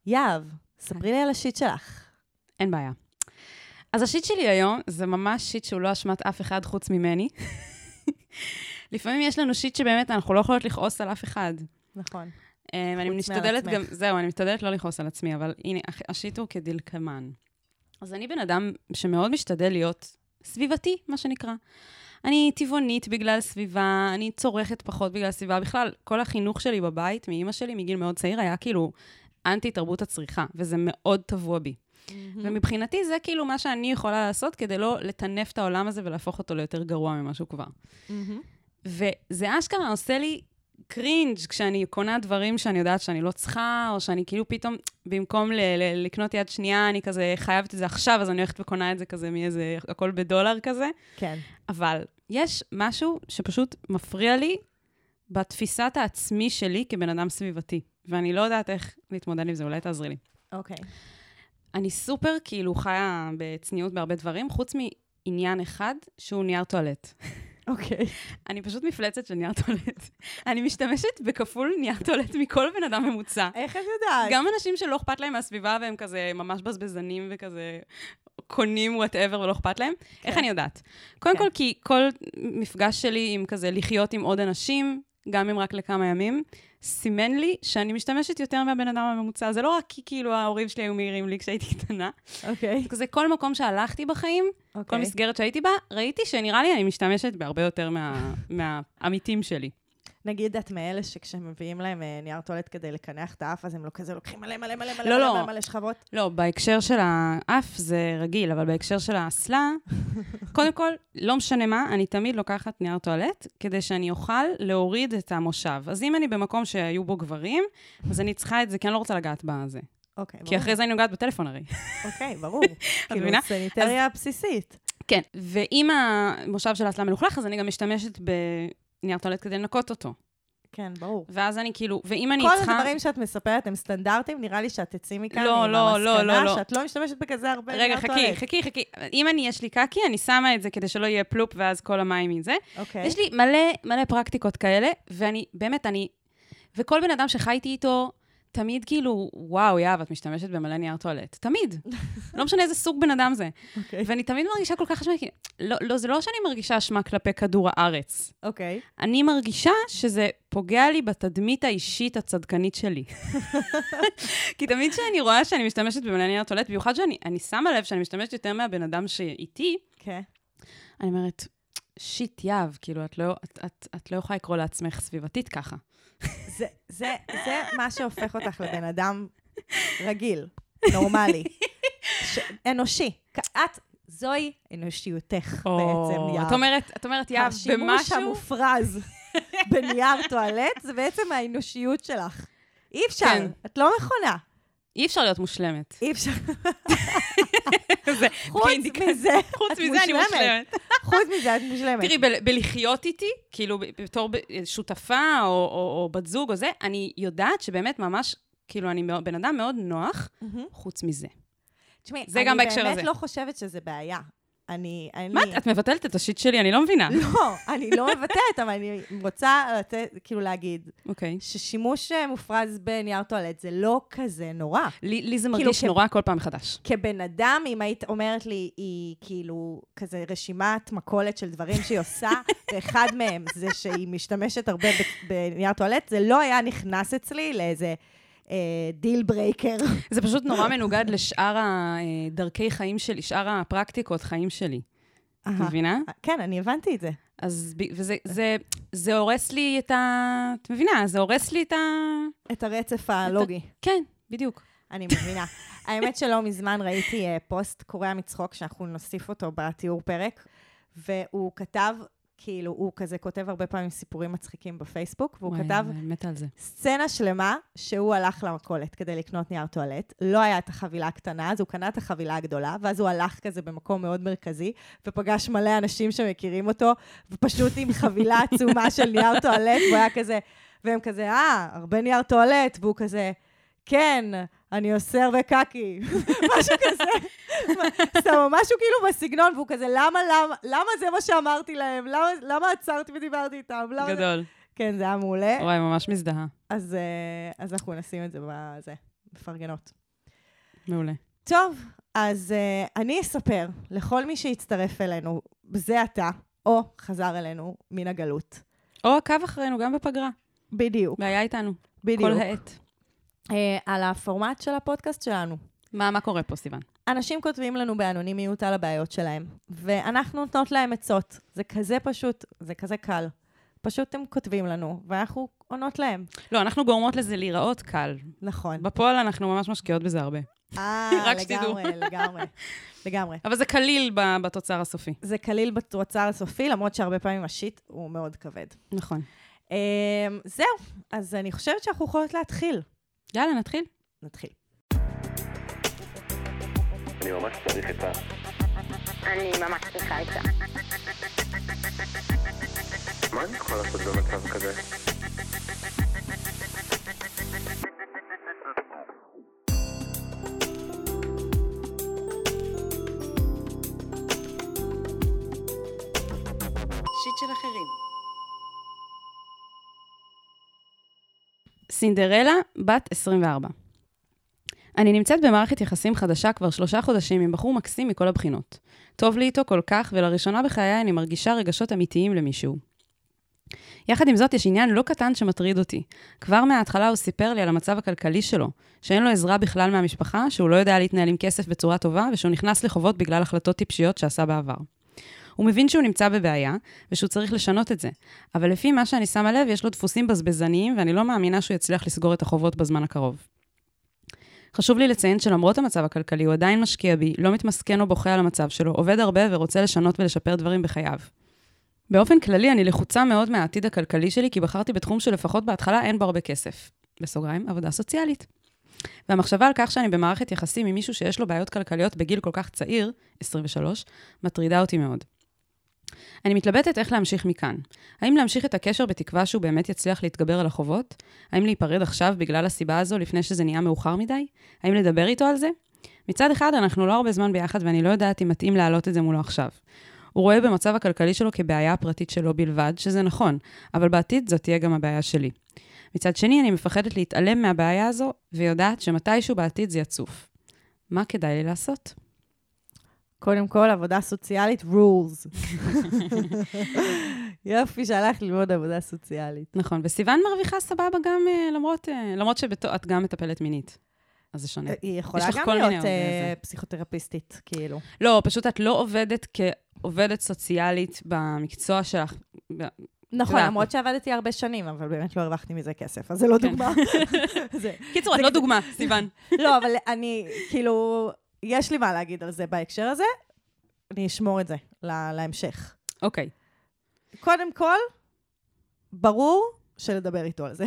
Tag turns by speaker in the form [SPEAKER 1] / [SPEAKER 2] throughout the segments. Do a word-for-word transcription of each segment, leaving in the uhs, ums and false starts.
[SPEAKER 1] יאב, ספרי לי על השיט שלך.
[SPEAKER 2] אין בעיה. אז השיט שלי היום, זה ממש שיט שהוא לא אשמת אף אחד חוץ ממני. לפעמים יש לנו שיט שבאמת אנחנו לא יכולות לכעוס על אף אחד.
[SPEAKER 1] נכון.
[SPEAKER 2] אני משתדלת גם, זהו, אני משתדלת לא לכעוס על עצמי, אבל הנה, השיט הוא כדלקמן. אז אני בן אדם שמאוד משתדל להיות סביבתי, מה שנקרא. אני טבעונית בגלל סביבה, אני צורכת פחות בגלל סביבה. בכלל, כל החינוך שלי בבית, מאמא שלי, מגיל מאוד צעיר, היה כאילו אנטי-תרבות הצריכה, וזה מאוד טבוע בי. Mm-hmm. ומבחינתי זה כאילו מה שאני יכולה לעשות, כדי לא לטנף את העולם הזה ולהפוך אותו ליותר גרוע ממה שהוא כבר. Mm-hmm. וזה אשכרה עושה לי קרינג' כשאני קונה דברים שאני יודעת שאני לא צריכה, או שאני כאילו פתאום, במקום ל- ל- לקנות יד שנייה, אני כזה חייבת את זה עכשיו, אז אני הולכת וקונה את זה כזה מאיזה, הכל בדולר כזה.
[SPEAKER 1] כן.
[SPEAKER 2] אבל יש משהו שפשוט מפריע לי בתפיסת העצמי שלי כבן אדם סביבתי, ואני לא יודעת איך להתמודד עם זה, אולי תעזרי לי.
[SPEAKER 1] אוקיי.
[SPEAKER 2] אני סופר כאילו חיה בצניעות בהרבה דברים, חוץ מעניין אחד שהוא נייר טואלט.
[SPEAKER 1] אוקיי.
[SPEAKER 2] אני פשוט מפלצת של נייר טואלט. אני משתמשת בכפול נייר טואלט מכל בן אדם ממוצע.
[SPEAKER 1] איך את יודעת?
[SPEAKER 2] גם אנשים שלא אכפת להם מהסביבה, והם כזה ממש בזבזנים וכזה קונים whatever ולא אכפת להם. איך אני יודעת? קודם כל, כי כל מפגש שלי עם כזה לחיות עם עוד אנשים, גם אם רק לכמה ימים, סימן לי שאני משתמשת יותר מהבן אדם הממוצע. זה לא רק כי כאילו ההורים שלי היו מהירים לי כשהייתי קטנה.
[SPEAKER 1] אוקיי.
[SPEAKER 2] זה כל מקום שהלכתי בחיים, כל מסגרת שהייתי בה, ראיתי שנראה לי אני משתמשת בהרבה יותר מהעמיתים שלי.
[SPEAKER 1] נגיד את מאלה שכשהם מביאים להם נייר טואלט כדי לקנח את האף, אז הם לא כזה לוקחים מלא מלא מלא מלא מלא מלא מלא שכבות?
[SPEAKER 2] לא, בהקשר של האף זה רגיל, אבל בהקשר של האסלה, קודם כל, לא משנה מה, אני תמיד לוקחת נייר טואלט, כדי שאני אוכל להוריד את המושב. אז אם אני במקום שהיו בו גברים, אז אני צריכה את זה, כי אני לא רוצה לגעת בזה.
[SPEAKER 1] אוקיי, ברור.
[SPEAKER 2] כי אחרי זה אני נוגעת בטלפון הרי.
[SPEAKER 1] אוקיי, ברור. כאילו, סניטריה בסיסית.
[SPEAKER 2] כן, ואם המושב של האסלה מלוכלך, אז אני גם משתמשת בנייר טואלט כדי לנקות אותו.
[SPEAKER 1] כן, ברור.
[SPEAKER 2] ואז אני כאילו, ואם אני
[SPEAKER 1] כל
[SPEAKER 2] צריכה...
[SPEAKER 1] הדברים שאת מספרת הם סטנדרטים, נראה לי שאת תצאי מכאן
[SPEAKER 2] לא,
[SPEAKER 1] עם
[SPEAKER 2] לא, לא, לא,
[SPEAKER 1] המסקנה
[SPEAKER 2] לא.
[SPEAKER 1] שאת לא משתמשת בכזה הרבה
[SPEAKER 2] רגע,
[SPEAKER 1] נייר טואלט.
[SPEAKER 2] חכי, חכי, חכי. אם אני, יש לי קקי, אני שמה את זה כדי שלא יהיה פלופ, ואז כל המים מזה.
[SPEAKER 1] אוקיי.
[SPEAKER 2] יש לי מלא, מלא פרקטיקות כאלה, ואני, באמת, אני... וכל בן אדם שחייתי איתו, תמיד כאילו, וואו, יאב, את משתמשת במלא נייר טואלט. תמיד. לא משנה איזה סוג בן אדם זה.
[SPEAKER 1] אוקיי.
[SPEAKER 2] ואני תמיד מרגישה כל כך אשמה, כי... לא, לא, זה לא שאני מרגישה אשמה כלפי כדור הארץ.
[SPEAKER 1] אוקיי.
[SPEAKER 2] אני מרגישה שזה פוגע לי בתדמית האישית הצדקנית שלי. כי תמיד שאני רואה שאני משתמשת במלא נייר טואלט, במיוחד שאני אני שמה לב שאני משתמשת יותר מהבן אדם שאיתי,
[SPEAKER 1] כן.
[SPEAKER 2] אני אומרת, שיט יאב, כאילו, את לא, את, את, את לא יכולה לקרוא לעצמך סביבתית ככה.
[SPEAKER 1] זה, זה, זה מה שהופך אותך לבן אדם רגיל, נורמלי, ש... אנושי. את, זוהי אנושיותך בעצם, יאב.
[SPEAKER 2] את אומרת, את אומרת, יאב, במשהו...
[SPEAKER 1] השימוש המופרז בנייר טואלט, זה בעצם האנושיות שלך. אי אפשר,
[SPEAKER 2] כן.
[SPEAKER 1] את לא מכונה.
[SPEAKER 2] אי אפשר להיות מושלמת.
[SPEAKER 1] אי אפשר.
[SPEAKER 2] חוץ
[SPEAKER 1] מזה,
[SPEAKER 2] חוץ מזה אני מושלמת.
[SPEAKER 1] חוץ מזה את מושלמת.
[SPEAKER 2] תראי, בלחיות איתי, כאילו בתור שותפה או בת זוג או זה, אני יודעת שבאמת ממש, כאילו אני בן אדם מאוד נוח, חוץ מזה.
[SPEAKER 1] תשמעי,
[SPEAKER 2] זה גם בהקשר הזה.
[SPEAKER 1] אני באמת לא חושבת שזה בעיה. אני, אני...
[SPEAKER 2] מה, את מבטלת את השיט שלי? אני לא מבינה.
[SPEAKER 1] לא, אני לא מבטלת, אבל אני רוצה לתת, כאילו להגיד,
[SPEAKER 2] אוקיי.
[SPEAKER 1] ששימוש מופרז בנייר טואלט זה לא כזה נורא.
[SPEAKER 2] לי, לי זה מרגיש נורא כל פעם מחדש.
[SPEAKER 1] כבן אדם, אם היית אומרת לי, היא כאילו כזה רשימת מקולת של דברים שהיא עושה, ואחד מהם זה שהיא משתמשת הרבה בנייר טואלט, זה לא היה נכנס אצלי לאיזה... דיל ברייקר.
[SPEAKER 2] זה פשוט נורא מנוגד לשאר הדרכי חיים שלי, שאר הפרקטיקות חיים שלי. את מבינה?
[SPEAKER 1] כן, אני הבנתי את זה.
[SPEAKER 2] אז, וזה, זה, זה הורס לי את ה... את מבינה? זה הורס לי את ה...
[SPEAKER 1] את הרצף הלוגי.
[SPEAKER 2] כן, בדיוק.
[SPEAKER 1] אני מבינה. האמת שלא מזמן ראיתי פוסט קורע מצחוק, שאנחנו נוסיף אותו בתיאור פרק, והוא כתב... כאילו, הוא כזה כותב הרבה פעמים סיפורים מצחיקים בפייסבוק, והוא
[SPEAKER 2] וואי,
[SPEAKER 1] כתב סצנה שלמה שהוא הלך למכולת כדי לקנות נייר טואלט. לא היה את החבילה הקטנה, אז הוא קנה את החבילה הגדולה, ואז הוא הלך כזה במקום מאוד מרכזי, ופגש מלא אנשים שמכירים אותו, ופשוט עם חבילה עצומה של נייר טואלט, והוא היה כזה, והם כזה, אה, הרבה נייר טואלט, והוא כזה, כן, אני עושה הרבה קקי, משהו כזה, סתם, משהו כאילו בסגנון, והוא כזה, למה, למה, למה זה מה שאמרתי להם? למה, למה עצרתי ודיברתי איתם?
[SPEAKER 2] גדול.
[SPEAKER 1] כן, זה היה מעולה.
[SPEAKER 2] וואי, ממש מזדהה.
[SPEAKER 1] אז, אז אנחנו נשים את זה בזה, מפרגנות.
[SPEAKER 2] מעולה.
[SPEAKER 1] טוב, אז uh, אני אספר לכל מי שיצטרף אלינו, זה אתה, או חזר אלינו מן הגלות.
[SPEAKER 2] או עקב אחרינו, גם בפגרה.
[SPEAKER 1] בדיוק.
[SPEAKER 2] והיה איתנו.
[SPEAKER 1] בדיוק.
[SPEAKER 2] כל העת.
[SPEAKER 1] Uh, על הפורמט של הפודקאסט שלנו.
[SPEAKER 2] מה, מה קורה פה, סיוון?
[SPEAKER 1] אנשים כותבים לנו באנונימיות על הבעיות שלהם, ואנחנו נותנות להם עצות. זה כזה פשוט, זה כזה קל. פשוט הם כותבים לנו, ואנחנו עונות להם.
[SPEAKER 2] לא, אנחנו גורמות לזה להיראות קל.
[SPEAKER 1] נכון.
[SPEAKER 2] בפועל אנחנו ממש משקיעות בזה הרבה.
[SPEAKER 1] אה, לגמרי, לגמרי, לגמרי.
[SPEAKER 2] אבל זה קליל בתוצר הסופי.
[SPEAKER 1] זה קליל בתוצר הסופי, למרות שהרבה פעמים השיט הוא מאוד כבד.
[SPEAKER 2] נכון.
[SPEAKER 1] זהו, אז אני חושבת שאנחנו יכולות להתחיל.
[SPEAKER 2] יאללה, נתחיל.
[SPEAKER 1] נתחיל.
[SPEAKER 3] אני ממש צריך את ה...
[SPEAKER 4] אני ממש צריכה את זה.
[SPEAKER 3] מה אני יכול לעשות במצב כזה?
[SPEAKER 2] שיט של אחרים. סינדרלה, בת עשרים וארבע. אני נמצאת במערכת יחסים חדשה כבר שלושה חודשים עם בחור מקסים מכל הבחינות. טוב לי איתו כל כך, ולראשונה בחיי אני מרגישה רגשות אמיתיים למישהו. יחד עם זאת, יש עניין לא קטן שמטריד אותי. כבר מההתחלה הוא סיפר לי על המצב הכלכלי שלו, שאין לו עזרה בכלל מהמשפחה, שהוא לא יודע להתנהל עם כסף בצורה טובה, ושהוא נכנס לחובות בגלל החלטות טיפשיות שעשה בעבר. הוא מבין שהוא נמצא בבעיה, ושהוא צריך לשנות את זה. אבל לפי מה שאני שמה לב, יש לו דפוסים בזבזניים, ואני לא מאמינה שהוא יצליח לסגור את החובות בזמן הקרוב. חשוב לי לציין שלמרות המצב הכלכלי, הוא עדיין משקיע בי, לא מתמסכן או בוכה על המצב שלו, עובד הרבה ורוצה לשנות ולשפר דברים בחייו. באופן כללי, אני לחוצה מאוד מהעתיד הכלכלי שלי, כי בחרתי בתחום שלפחות בהתחלה אין בו הרבה כסף. בסוגריים, עבודה סוציאלית. והמחשבה על כך שאני במערכת יחסים עם מישהו שיש לו בעיות כלכליות בגיל כל כך צעיר, עשרים ושלוש, מטרידה אותי מאוד. אני מתלבטת איך להמשיך מכאן. האם להמשיך את הקשר בתקווה שהוא באמת יצליח להתגבר על החובות? האם להיפרד עכשיו בגלל הסיבה הזו לפני שזה נהיה מאוחר מדי? האם לדבר איתו על זה? מצד אחד, אנחנו לא הרבה זמן ביחד ואני לא יודעת אם מתאים להעלות את זה מולו עכשיו. הוא רואה במצב הכלכלי שלו כבעיה הפרטית שלו בלבד, שזה נכון, אבל בעתיד זאת תהיה גם הבעיה שלי. מצד שני, אני מפחדת להתעלם מהבעיה הזו, ויודעת שמתישהו בעתיד זה יצוף. מה כדאי לי לעשות?
[SPEAKER 1] קודם כל, עבודה סוציאלית, rules. יופי שהלך ללמוד עבודה סוציאלית.
[SPEAKER 2] נכון, וסיוון מרוויחה סבבה גם, למרות, למרות שאת גם מטפלת מינית. אז זה שונה.
[SPEAKER 1] היא יכולה גם להיות פסיכותרפיסטית, כאילו.
[SPEAKER 2] לא, פשוט את לא עובדת כעובדת סוציאלית במקצוע שלך.
[SPEAKER 1] נכון, למרות שעבדתי הרבה שנים, אבל באמת לא הרווחתי מזה כסף, אז זה לא דוגמה.
[SPEAKER 2] קיצור, את לא דוגמה, סיוון.
[SPEAKER 1] לא, אבל אני, כאילו, יש לי מה להגיד על זה בהקשר הזה, אני אשמור את זה להמשך.
[SPEAKER 2] אוקיי.
[SPEAKER 1] קודם כל, ברור שלדבר איתו על זה.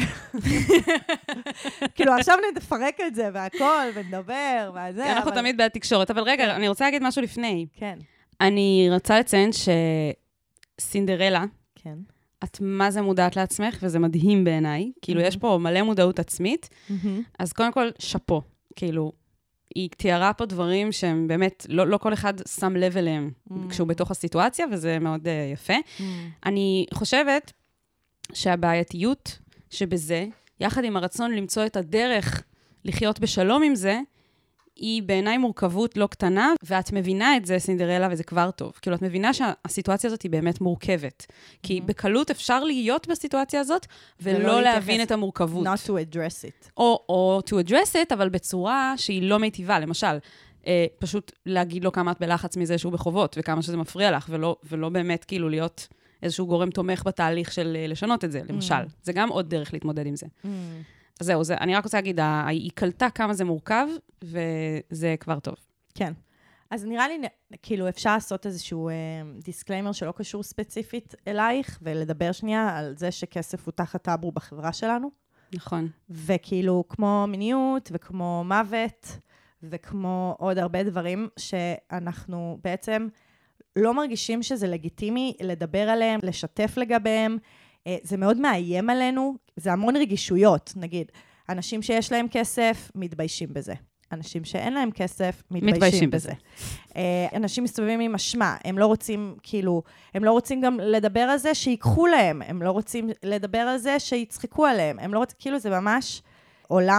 [SPEAKER 1] כאילו, עכשיו נפרק את זה והכל, ונדבר, וזה.
[SPEAKER 2] אנחנו תמיד בתקשורת, אבל רגע, אני רוצה להגיד משהו לפני.
[SPEAKER 1] כן.
[SPEAKER 2] אני רוצה לציין שסינדרלה,
[SPEAKER 1] כן.
[SPEAKER 2] את מה זה מודעת לעצמך, וזה מדהים בעיניי. כאילו, יש פה מלא מודעות עצמית. אז קודם כל, שפו. כאילו, היא תיארה פה דברים שהם באמת, לא, לא כל אחד שם לב אליהם כשהוא בתוך הסיטואציה, וזה מאוד uh, יפה. אני חושבת שהבעייתיות שבזה, יחד עם הרצון למצוא את הדרך לחיות בשלום עם זה, היא בעיניי מורכבות לא קטנה, ואת מבינה את זה, סינדרלה, וזה כבר טוב. כאילו, את מבינה שהסיטואציה הזאת היא באמת מורכבת. כי בקלות אפשר להיות בסיטואציה הזאת, ולא להבין את המורכבות.
[SPEAKER 1] Not to address it.
[SPEAKER 2] או, או to address it, אבל בצורה שהיא לא מיטיבה. למשל, אה, פשוט להגיד לו כמה את בלחץ מזה שהוא בחובות, וכמה שזה מפריע לך, ולא, ולא באמת כאילו להיות איזשהו גורם תומך בתהליך של לשנות את זה, למשל. זה גם עוד דרך להתמודד עם זה. אז זהו, זה, אני רק רוצה להגיד, היא קלטה כמה זה מורכב, וזה כבר טוב.
[SPEAKER 1] כן. אז נראה לי, כאילו, אפשר לעשות איזשהו דיסקליימר שלא קשור ספציפית אלייך, ולדבר שנייה על זה שכסף הוא תחת טאבו בחברה שלנו.
[SPEAKER 2] נכון.
[SPEAKER 1] וכאילו, כמו מיניות, וכמו מוות, וכמו עוד הרבה דברים שאנחנו בעצם לא מרגישים שזה לגיטימי לדבר עליהם, לשתף לגביהם. זה מאוד מאיים עלינו, זה המון רגישויות, נגיד. אנשים שיש להם כסף, מתביישים בזה. אנשים שאין להם כסף, מתביישים, מתביישים בזה. בזה. אנשים מסתובבים עם אשמה, הם לא רוצים, כאילו, הם לא רוצים גם לדבר על זה שיקחו להם, הם לא רוצים לדבר על זה שיצחקו עליהם, הם לא רוצים, כאילו, זה ממש עולם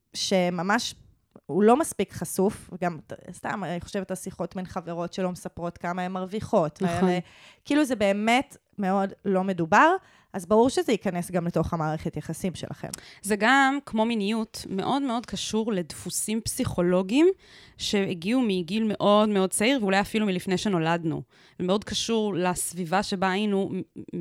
[SPEAKER 1] שממש הוא לא מספיק חשוף, וגם סתם, אני חושבת, השיחות בין חברות שלא מספרות כמה הן מרוויחות.
[SPEAKER 2] נכון.
[SPEAKER 1] כאילו זה באמת מאוד לא מדובר, אז ברור שזה ייכנס גם לתוך המערכת יחסים שלכם.
[SPEAKER 2] זה גם, כמו מיניות, מאוד מאוד קשור לדפוסים פסיכולוגיים, שהגיעו מגיל מאוד מאוד צעיר, ואולי אפילו מלפני שנולדנו. ומאוד קשור לסביבה שבה היינו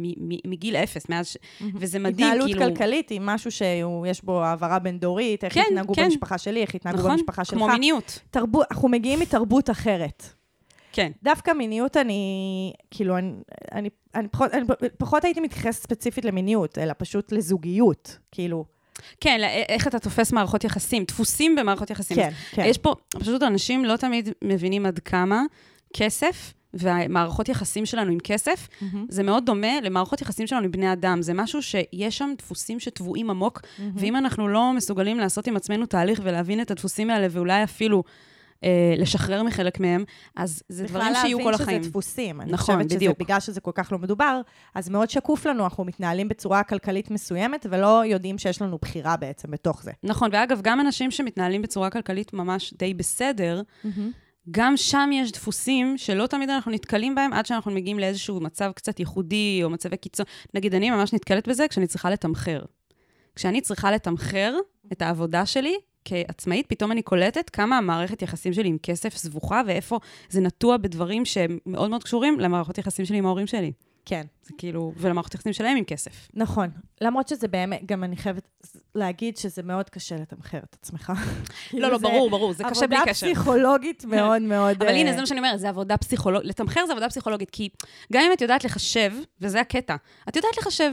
[SPEAKER 2] מגיל אפס, מאז ש... וזה מדהים,
[SPEAKER 1] התנהלות
[SPEAKER 2] כאילו...
[SPEAKER 1] התנהלות כלכלית היא משהו שיש בו העברה בין דורית, איך
[SPEAKER 2] כן,
[SPEAKER 1] התנהגו כן. במשפחה שלי, איך התנהגו
[SPEAKER 2] נכון,
[SPEAKER 1] במשפחה שלך.
[SPEAKER 2] כמו מיניות.
[SPEAKER 1] תרבו... אנחנו מגיעים מתרבות אחרת.
[SPEAKER 2] כן.
[SPEAKER 1] דווקא מיניות אני, כאילו, אני, אני, אני, פחות, אני פחות הייתי מתייחסת ספציפית למיניות, אלא פשוט לזוגיות, כאילו.
[SPEAKER 2] כן, איך אתה תופס מערכות יחסים, דפוסים במערכות יחסים.
[SPEAKER 1] כן, כן.
[SPEAKER 2] יש פה, פשוט אנשים לא תמיד מבינים עד כמה כסף, והמערכות יחסים שלנו עם כסף, mm-hmm. זה מאוד דומה למערכות יחסים שלנו עם בני אדם. זה משהו שיש שם דפוסים שטבועים עמוק, mm-hmm. ואם אנחנו לא מסוגלים לעשות עם עצמנו תהליך ולהבין את הדפוסים האלה, ואולי אפילו אה, לשחרר מחלק מהם, אז זה דברים שיהיו כל החיים.
[SPEAKER 1] בכלל להבין שזה דפוסים. אני
[SPEAKER 2] נכון,
[SPEAKER 1] חושבת
[SPEAKER 2] בדיוק.
[SPEAKER 1] שזה, בגלל שזה כל כך לא מדובר, אז מאוד שקוף לנו, אנחנו מתנהלים בצורה כלכלית מסוימת, ולא יודעים שיש לנו בחירה בעצם בתוך זה.
[SPEAKER 2] נכון, ואגב, גם אנשים שמתנהלים בצורה כלכלית ממש די בסדר,
[SPEAKER 1] Mm-hmm.
[SPEAKER 2] גם שם יש דפוסים שלא תמיד אנחנו נתקלים בהם, עד שאנחנו מגיעים לאיזשהו מצב קצת ייחודי, או מצבי קיצון. נגיד, אני ממש נתקלת בזה כשאני צריכה לתמחר. כשאני צריכה לתמחר את העבודה שלי כעצמאית, פתאום אני קולטת כמה המערכת יחסים שלי עם כסף סבוכה, ואיפה זה נטוע בדברים שהם מאוד מאוד קשורים למערכות יחסים שלי עם ההורים שלי.
[SPEAKER 1] כן.
[SPEAKER 2] זה כאילו, ולמערכות יחסים שלהם עם כסף.
[SPEAKER 1] נכון. למרות שזה באמת, גם אני חייבת להגיד שזה מאוד קשה לתמחר את עצמך.
[SPEAKER 2] לא, לא, ברור, ברור, זה קשה בלי קשר.
[SPEAKER 1] עבודה פסיכולוגית מאוד מאוד...
[SPEAKER 2] אבל הנה, זה מה שאני אומרת, זה עבודה פסיכולוגית. לתמחר זה עבודה פסיכולוגית, כי גם אם את יודעת לחשב, וזה הקטע, את יודעת לחשב,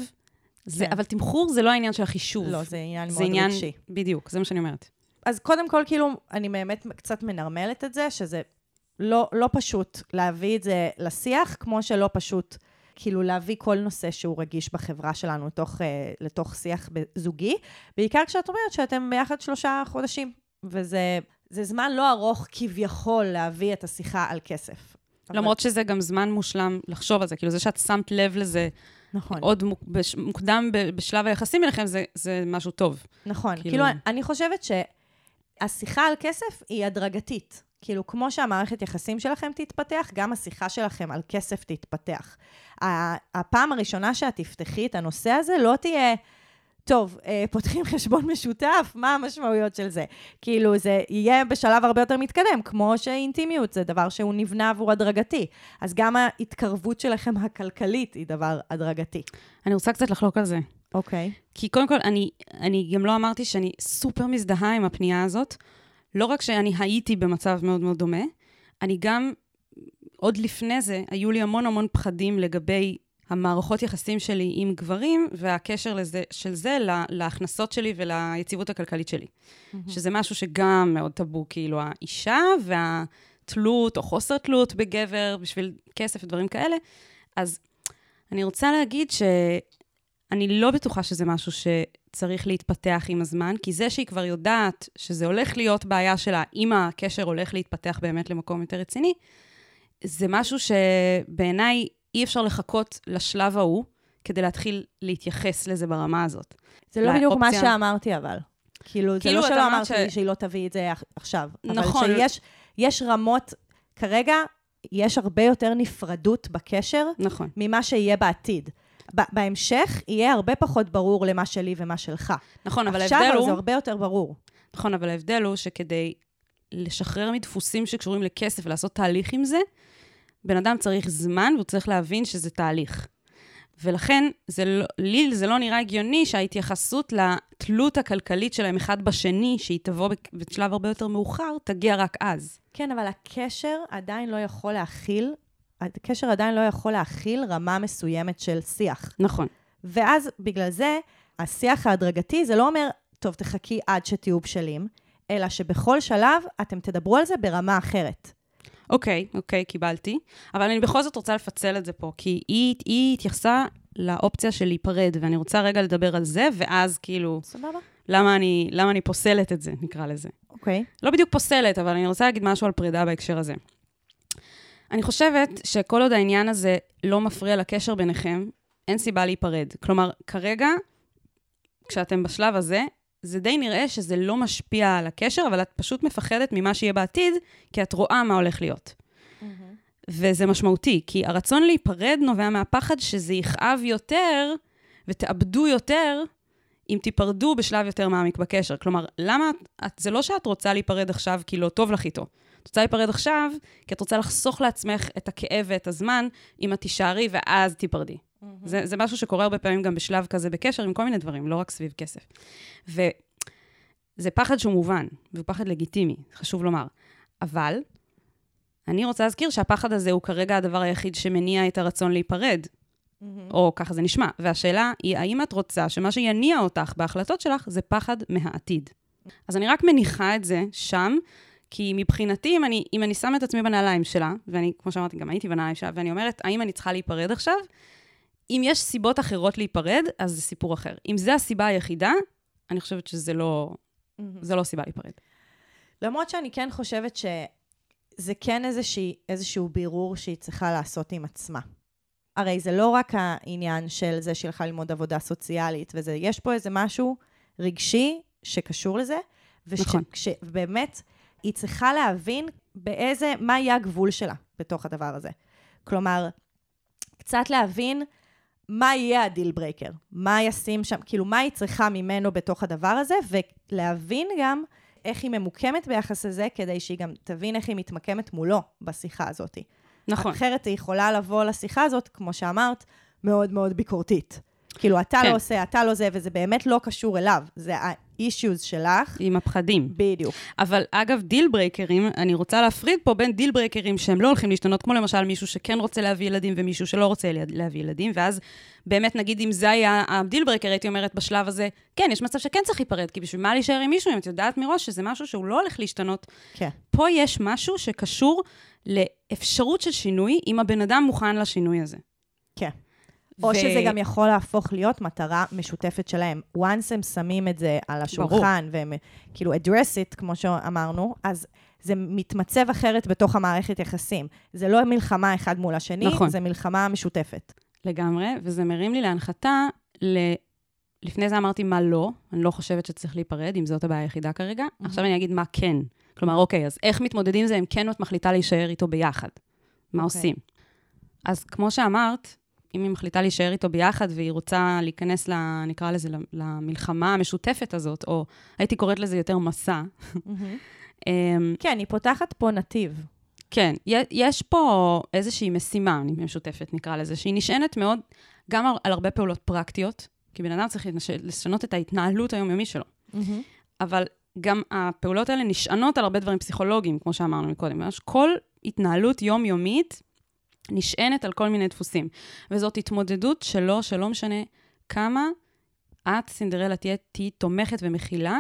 [SPEAKER 2] אבל תמחור זה לא העניין של החישוב.
[SPEAKER 1] לא, זה עניין מאוד רגשי.
[SPEAKER 2] בדיוק, זה מה שאני אומרת.
[SPEAKER 1] אז קודם כל, כאילו, אני באמת קצת מנרמלת את זה, שזה לא, לא פשוט להביא את זה לשיח, כמו שלא פשוט, כאילו, להביא כל נושא שהוא רגיש בחברה שלנו לתוך, לתוך שיח זוגי, בעיקר כשאת אומרת שאתם ביחד שלושה חודשים, וזה זה זמן לא ארוך כביכול להביא את השיחה על כסף.
[SPEAKER 2] למרות שזה גם זמן מושלם לחשוב על זה, כאילו זה שאת שמת לב לזה,
[SPEAKER 1] נכון.
[SPEAKER 2] עוד מוקדם בשלב היחסים אליכם, זה, זה משהו טוב.
[SPEAKER 1] נכון. כאילו, כאילו אני חושבת שהשיחה על כסף היא הדרגתית. כאילו, כמו שהמערכת יחסים שלכם תתפתח, גם השיחה שלכם על כסף תתפתח. הפעם הראשונה שאת תפתחי את הנושא הזה, לא תהיה, טוב, פותחים חשבון משותף, מה המשמעויות של זה? כאילו, זה יהיה בשלב הרבה יותר מתקדם, כמו שאינטימיות זה דבר שהוא נבנה עבור הדרגתי. אז גם ההתקרבות שלכם הכלכלית היא דבר הדרגתי.
[SPEAKER 2] אני רוצה קצת לחלוק על זה.
[SPEAKER 1] אוקיי.
[SPEAKER 2] כי קודם כל, אני, אני גם לא אמרתי שאני סופר מזדהה עם הפנייה הזאת, לא רק שאני הייתי במצב מאוד מאוד דומה, אני גם, עוד לפני זה, היו לי המון המון פחדים לגבי המערכות יחסים שלי עם גברים, והקשר לזה, של זה להכנסות שלי וליציבות הכלכלית שלי. Mm-hmm. שזה משהו שגם מאוד טבו, כאילו האישה והתלות או חוסר תלות בגבר בשביל כסף ודברים כאלה. אז אני רוצה להגיד שאני לא בטוחה שזה משהו ש... צריך להתפתח עם הזמן, כי זה שהיא כבר יודעת שזה הולך להיות בעיה שלה, אם הקשר הולך להתפתח באמת למקום יותר רציני, זה משהו שבעיניי אי אפשר לחכות לשלב ההוא, כדי להתחיל להתייחס לזה ברמה הזאת.
[SPEAKER 1] זה לא בדיוק מה שאמרתי, אבל. כאילו, זה לא שלא אמרת
[SPEAKER 2] ש...
[SPEAKER 1] שהיא לא תביא את זה עכשיו.
[SPEAKER 2] נכון.
[SPEAKER 1] אבל שיש יש רמות, כרגע, יש הרבה יותר נפרדות בקשר,
[SPEAKER 2] נכון.
[SPEAKER 1] ממה שיהיה בעתיד. בהמשך יהיה הרבה פחות ברור למה שלי ומה שלך.
[SPEAKER 2] נכון, אבל ההבדל הוא...
[SPEAKER 1] עכשיו זה הרבה יותר ברור.
[SPEAKER 2] נכון, אבל ההבדל הוא שכדי לשחרר מדפוסים שקשורים לכסף ולעשות תהליך עם זה, בן אדם צריך זמן והוא צריך להבין שזה תהליך. ולכן, זה לא, לי זה לא נראה הגיוני שההתייחסות לתלות הכלכלית שלהם אחד בשני, שהיא תבוא בשלב הרבה יותר מאוחר, תגיע רק אז.
[SPEAKER 1] כן, אבל הקשר עדיין לא יכול להכיל... הקשר עדיין לא יכול להכיל רמה מסוימת של שיח.
[SPEAKER 2] נכון.
[SPEAKER 1] ואז בגלל זה, השיח ההדרגתי זה לא אומר, טוב, תחכי עד שתהיו בשלים, אלא שבכל שלב אתם תדברו על זה ברמה אחרת.
[SPEAKER 2] אוקיי, אוקיי, קיבלתי. אבל אני בכל זאת רוצה לפצל את זה פה, כי היא, היא התייחסה לאופציה של להיפרד, ואני רוצה רגע לדבר על זה, ואז כאילו...
[SPEAKER 1] סבבה.
[SPEAKER 2] למה אני, למה אני פוסלת את זה, נקרא לזה.
[SPEAKER 1] אוקיי.
[SPEAKER 2] לא בדיוק פוסלת, אבל אני רוצה להגיד משהו על פרידה בהקשר הזה. אני חושבת שכל עוד העניין הזה לא מפריע לקשר ביניכם, אין סיבה להיפרד. כלומר, כרגע, כשאתם בשלב הזה, זה די נראה שזה לא משפיע על הקשר, אבל את פשוט מפחדת ממה שיהיה בעתיד, כי את רואה מה הולך להיות. Mm-hmm. וזה משמעותי, כי הרצון להיפרד נובע מהפחד שזה יכאב יותר, ותאבדו יותר, אם תיפרדו בשלב יותר מעמיק בקשר. כלומר, למה, את, זה לא שאת רוצה להיפרד עכשיו כי לא טוב לך איתו. את רוצה להיפרד עכשיו, כי את רוצה לחסוך לעצמך את הכאב ואת הזמן, אם את תישארי ואז תיפרדי. Mm-hmm. זה, זה משהו שקורה הרבה פעמים גם בשלב כזה בקשר, עם כל מיני דברים, לא רק סביב כסף. וזה פחד שהוא מובן, והוא פחד לגיטימי, חשוב לומר. אבל, אני רוצה להזכיר שהפחד הזה הוא כרגע הדבר היחיד שמניע את הרצון להיפרד, mm-hmm. או ככה זה נשמע. והשאלה היא, האם את רוצה שמה שיניע אותך בהחלטות שלך, זה פחד מהעתיד. Mm-hmm. אז אני רק מניחה את זה שם, כי מבחינתי, אם אני, אם אני שמה את עצמי בנעליים שלה, ואני, כמו שאמרתי, גם הייתי בנעליים שלה, ואני אומרת, האם אני צריכה להיפרד עכשיו? אם יש סיבות אחרות להיפרד, אז זה סיפור אחר. אם זה הסיבה היחידה, אני חושבת שזה לא, mm-hmm. זה לא סיבה להיפרד.
[SPEAKER 1] למרות שאני כן חושבת שזה כן איזושהי, איזשהו בירור שהיא צריכה לעשות עם עצמה. הרי זה לא רק העניין של זה שהיא הלכה ללמוד עבודה סוציאלית, וזה, יש פה איזה משהו רגשי שקשור לזה,
[SPEAKER 2] נכון.
[SPEAKER 1] ובאמת היא צריכה להבין באיזה, מה יהיה הגבול שלה בתוך הדבר הזה. כלומר, קצת להבין מה יהיה הדיל ברייקר, מה ישים שם, כאילו מה היא צריכה ממנו בתוך הדבר הזה, ולהבין גם איך היא ממוקמת ביחס לזה, כדי שהיא גם תבין איך היא מתמקמת מולו בשיחה הזאת.
[SPEAKER 2] נכון.
[SPEAKER 1] אחרת היא יכולה לבוא לשיחה הזאת, כמו שאמרת, מאוד מאוד ביקורתית. כאילו, אתה כן. לא עושה, אתה לא זה, וזה באמת לא קשור אליו. זה ה-issues שלך.
[SPEAKER 2] עם הפחדים.
[SPEAKER 1] בדיוק.
[SPEAKER 2] אבל אגב, דיל ברייקרים, אני רוצה להפריד פה בין דיל ברייקרים שהם לא הולכים להשתנות, כמו למשל מישהו שכן רוצה להביא ילדים, ומישהו שלא רוצה להביא ילדים, ואז באמת נגיד אם זה היה הדיל ברייקר, הייתי אומרת בשלב הזה, כן, יש מצב שכן צריך להיפרד, כי בשביל מה להישאר עם מישהו, אם את יודעת מראש שזה משהו שהוא לא הולך להשתנות.
[SPEAKER 1] כן.
[SPEAKER 2] פה יש משהו שקשור לאפשרות של שינוי, אם הבן אדם מוכן לשינוי הזה.
[SPEAKER 1] כן. או ו... שזה גם יכול להפוך להיות מטרה משותפת שלהם. once הם שמים את זה על השולחן, והם כאילו address it, כמו שאמרנו, אז זה מתמצב אחרת בתוך המערכת יחסים. זה לא מלחמה אחד מול השני, נכון. זה מלחמה משותפת.
[SPEAKER 2] לגמרי, וזה מרים לי להנחתה, ל... לפני זה אמרתי מה לא, אני לא חושבת שצריך להיפרד, אם זאת הבעיה היחידה כרגע. Mm-hmm. עכשיו אני אגיד מה כן. כלומר, אוקיי, אז איך מתמודדים עם זה אם כן את מחליטה להישאר איתו ביחד? מה okay. עושים? אז כמו שאמרת, אם היא מחליטה להישאר איתו ביחד, והיא רוצה להיכנס, לה, נקרא לזה, למלחמה המשותפת הזאת, או הייתי קוראת לזה יותר מסע.
[SPEAKER 1] כן, היא פותחת פה נתיב.
[SPEAKER 2] כן, יש פה איזושהי משימה משותפת, נקרא לזה, שהיא נשענת מאוד, גם על הרבה פעולות פרקטיות, כי בן אדם צריך לשנות את ההתנהלות היומיומית שלו. אבל גם הפעולות האלה נשענות על הרבה דברים פסיכולוגיים, כמו שאמרנו מקודם. כל התנהלות יומיומית, נשענת על כל מיני דפוסים. וזאת התמודדות שלו, שלא משנה כמה את, סינדרלה, תהיה, תהיה תומכת ומכילה,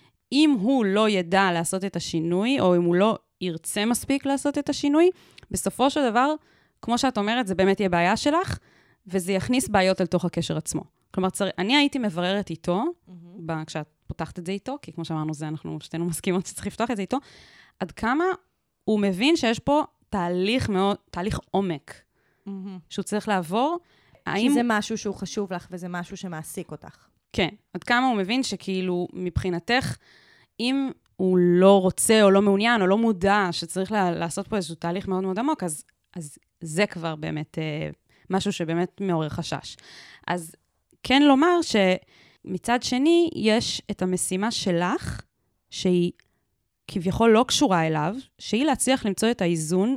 [SPEAKER 2] אם הוא לא ידע לעשות את השינוי, או אם הוא לא ירצה מספיק לעשות את השינוי, בסופו של דבר, כמו שאת אומרת, זה באמת יהיה בעיה שלך, וזה יכניס בעיות אל תוך הקשר עצמו. כלומר, צר... אני הייתי מבררת איתו, mm-hmm. כשאת פותחת את זה איתו, כי כמו שאמרנו, זה אנחנו שתינו מסכימות שצריך לפתוח את זה איתו, עד כמה הוא מבין שיש פה תהליך מאוד, תהליך עומק, mm-hmm. שהוא צריך לעבור.
[SPEAKER 1] האם... שזה משהו שהוא חשוב לך, וזה משהו שמעסיק אותך.
[SPEAKER 2] כן, עד כמה הוא מבין שכאילו מבחינתך, אם הוא לא רוצה או לא מעוניין או לא מודע שצריך לעשות פה איזשהו תהליך מאוד מאוד עמוק, אז, אז זה כבר באמת אה, משהו שבאמת מעורר חשש. אז כן לומר שמצד שני, יש את המשימה שלך, שהיא כביכול לא קשורה אליו, שהיא להצליח למצוא את האיזון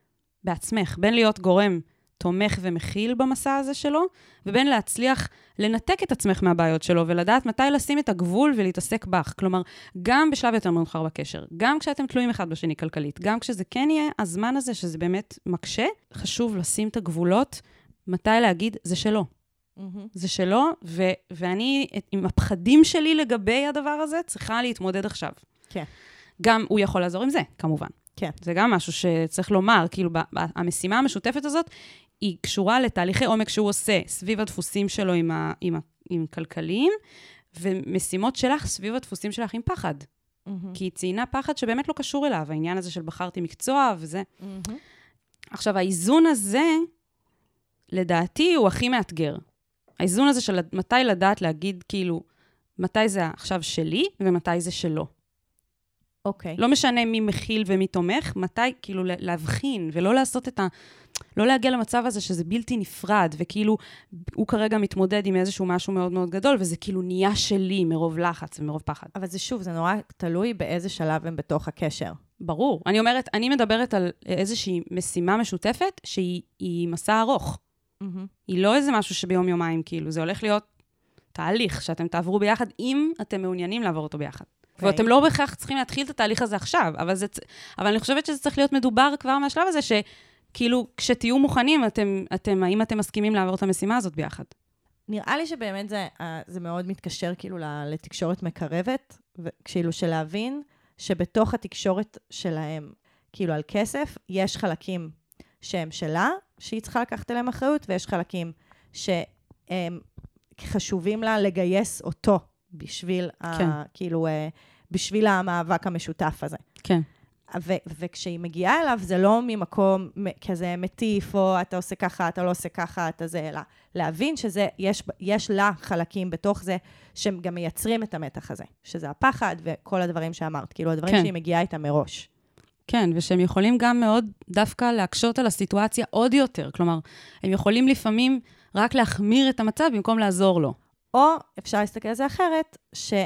[SPEAKER 2] בעצמך, בין להיות גורם תומך ומכיל במסע הזה שלו, ובין להצליח לנתק את עצמך מהבעיות שלו, ולדעת מתי לשים את הגבול ולהתעסק בך. כלומר, גם בשלב יותר מאוחר בקשר, גם כשאתם תלויים אחד בשני כלכלית, גם כשזה כן יהיה הזמן הזה שזה באמת מקשה, חשוב לשים את הגבולות, מתי להגיד, זה שלו. Mm-hmm. זה שלו, ו- ואני עם הפחדים שלי לגבי הדבר הזה, צריכה להתמודד עכשיו.
[SPEAKER 1] כן.
[SPEAKER 2] גם הוא יכול לעזור עם זה, כמובן.
[SPEAKER 1] כן.
[SPEAKER 2] זה גם משהו שצריך לומר, כאילו, המשימה המשותפת הזאת, היא קשורה לתהליכי עומק שהוא עושה, סביב הדפוסים שלו עם, ה, עם, ה, עם כלכליים, ומשימות שלך סביב הדפוסים שלך עם פחד. Mm-hmm. כי היא ציינה פחד שבאמת לא קשור אליו, העניין הזה של בחרתי מקצוע וזה. Mm-hmm. עכשיו, האיזון הזה, לדעתי, הוא הכי מאתגר. האיזון הזה של מתי לדעת להגיד, כאילו, מתי זה עכשיו שלי ומתי זה שלו.
[SPEAKER 1] אוקיי.
[SPEAKER 2] לא משנה מי מכיל ומי תומך, מתי כאילו להבחין ולא לעשות את ה... לא להגיע למצב הזה שזה בלתי נפרד, וכאילו הוא כרגע מתמודד עם איזשהו משהו מאוד מאוד גדול, וזה כאילו נהיה שלי מרוב לחץ ומרוב פחד.
[SPEAKER 1] אבל זה שוב, זה נורא תלוי באיזה שלב הם בתוך הקשר.
[SPEAKER 2] ברור. אני אומרת, אני מדברת על איזושהי משימה משותפת, שהיא מסע ארוך. Mm-hmm. היא לא איזה משהו שביום יומיים, כאילו, זה הולך להיות תהליך שאתם תעברו ביחד, אם אתם מעוניינים לעבור אותו ביחד. Okay. ואתם לא בהכרח צריכים להתחיל את התהליך הזה עכשיו, אבל, זה, אבל אני חושבת שזה צריך להיות מדובר כבר מהשלב הזה, שכאילו, כשתהיו מוכנים, אתם, אתם, האם אתם מסכימים לעבור את המשימה הזאת ביחד?
[SPEAKER 1] נראה לי שבאמת זה, זה מאוד מתקשר כאילו לתקשורת מקרבת, כאילו שלהבין שבתוך התקשורת שלהם, כאילו על כסף, יש חלקים שהם שלה, שהיא צריכה לקחת אליהם אחריות, ויש חלקים שהם חשובים לה לגייס אותו, בשביל, כן. ה, כאילו, בשביל המאבק המשותף הזה.
[SPEAKER 2] כן.
[SPEAKER 1] ו- וכשהיא מגיעה אליו, זה לא ממקום כזה מטיף, או אתה עושה ככה, אתה לא עושה ככה, אתה זה, אלא להבין שזה, יש, יש לה חלקים בתוך זה, שהם גם מייצרים את המתח הזה, שזה הפחד וכל הדברים שאמרת, כאילו הדברים כן. שהיא מגיעה איתה מראש.
[SPEAKER 2] כן, ושהם יכולים גם מאוד דווקא להקשות על הסיטואציה עוד יותר, כלומר, הם יכולים לפעמים רק להחמיר את המצב במקום לעזור לו.
[SPEAKER 1] או אפשר להסתכל על זה אחרת,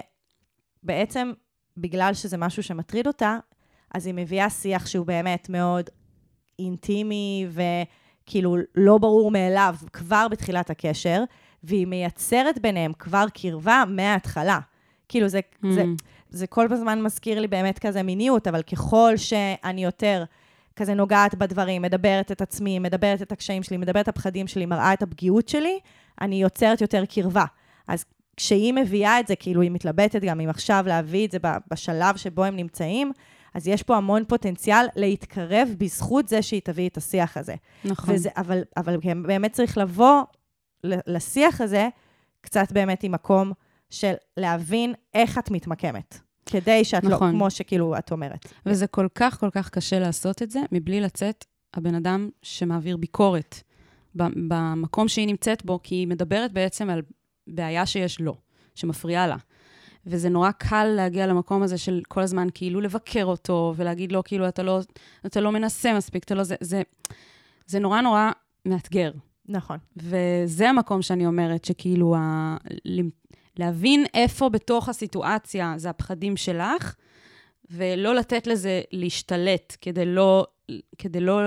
[SPEAKER 1] שבעצם בגלל שזה משהו שמטריד אותה, אז היא מביאה שיח שהוא באמת מאוד אינטימי, וכאילו לא ברור מאליו כבר בתחילת הקשר, והיא מייצרת ביניהם כבר קרבה מההתחלה. כאילו זה, mm. זה, זה כל הזמן מזכיר לי באמת כזה מיניות, אבל ככל שאני יותר כזה נוגעת בדברים, מדברת את עצמי, מדברת את הקשיים שלי, מדברת את הפחדים שלי, מראה את הפגיעות שלי, אני יוצרת יותר קרבה. אז כשהיא מביאה את זה, כאילו היא מתלבטת גם אם עכשיו להביא את זה בשלב שבו הם נמצאים, אז יש פה המון פוטנציאל להתקרב בזכות זה שהיא תביא את השיח הזה.
[SPEAKER 2] נכון.
[SPEAKER 1] וזה, אבל, אבל באמת צריך לבוא לשיח הזה, קצת באמת עם מקום של להבין איך את מתמקמת. כדי שאת נכון. לא, כמו שכאילו את אומרת.
[SPEAKER 2] וזה כל כך, כל כך קשה לעשות את זה, מבלי לצאת הבן אדם שמעביר ביקורת במקום שהיא נמצאת בו, כי היא מדברת בעצם על בעיה שיש לו, שמפריעה לה. וזה נורא קל להגיע למקום הזה של כל הזמן כאילו לבקר אותו, ולהגיד לו כאילו אתה לא, אתה לא מנסה מספיק, אתה לא, זה, זה, זה נורא נורא מאתגר.
[SPEAKER 1] נכון.
[SPEAKER 2] וזה המקום שאני אומרת שכאילו, ה, להבין איפה בתוך הסיטואציה זה הפחדים שלך, ולא לתת לזה להשתלט, כדי לא, כדי לא,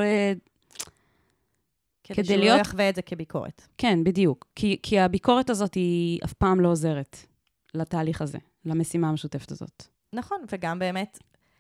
[SPEAKER 1] כדי, כדי שלא להיות... יחווה את זה כביקורת.
[SPEAKER 2] כן, בדיוק. כי, כי הביקורת הזאת היא אף פעם לא עוזרת לתהליך הזה, למשימה המשותפת הזאת.
[SPEAKER 1] נכון, וגם באמת,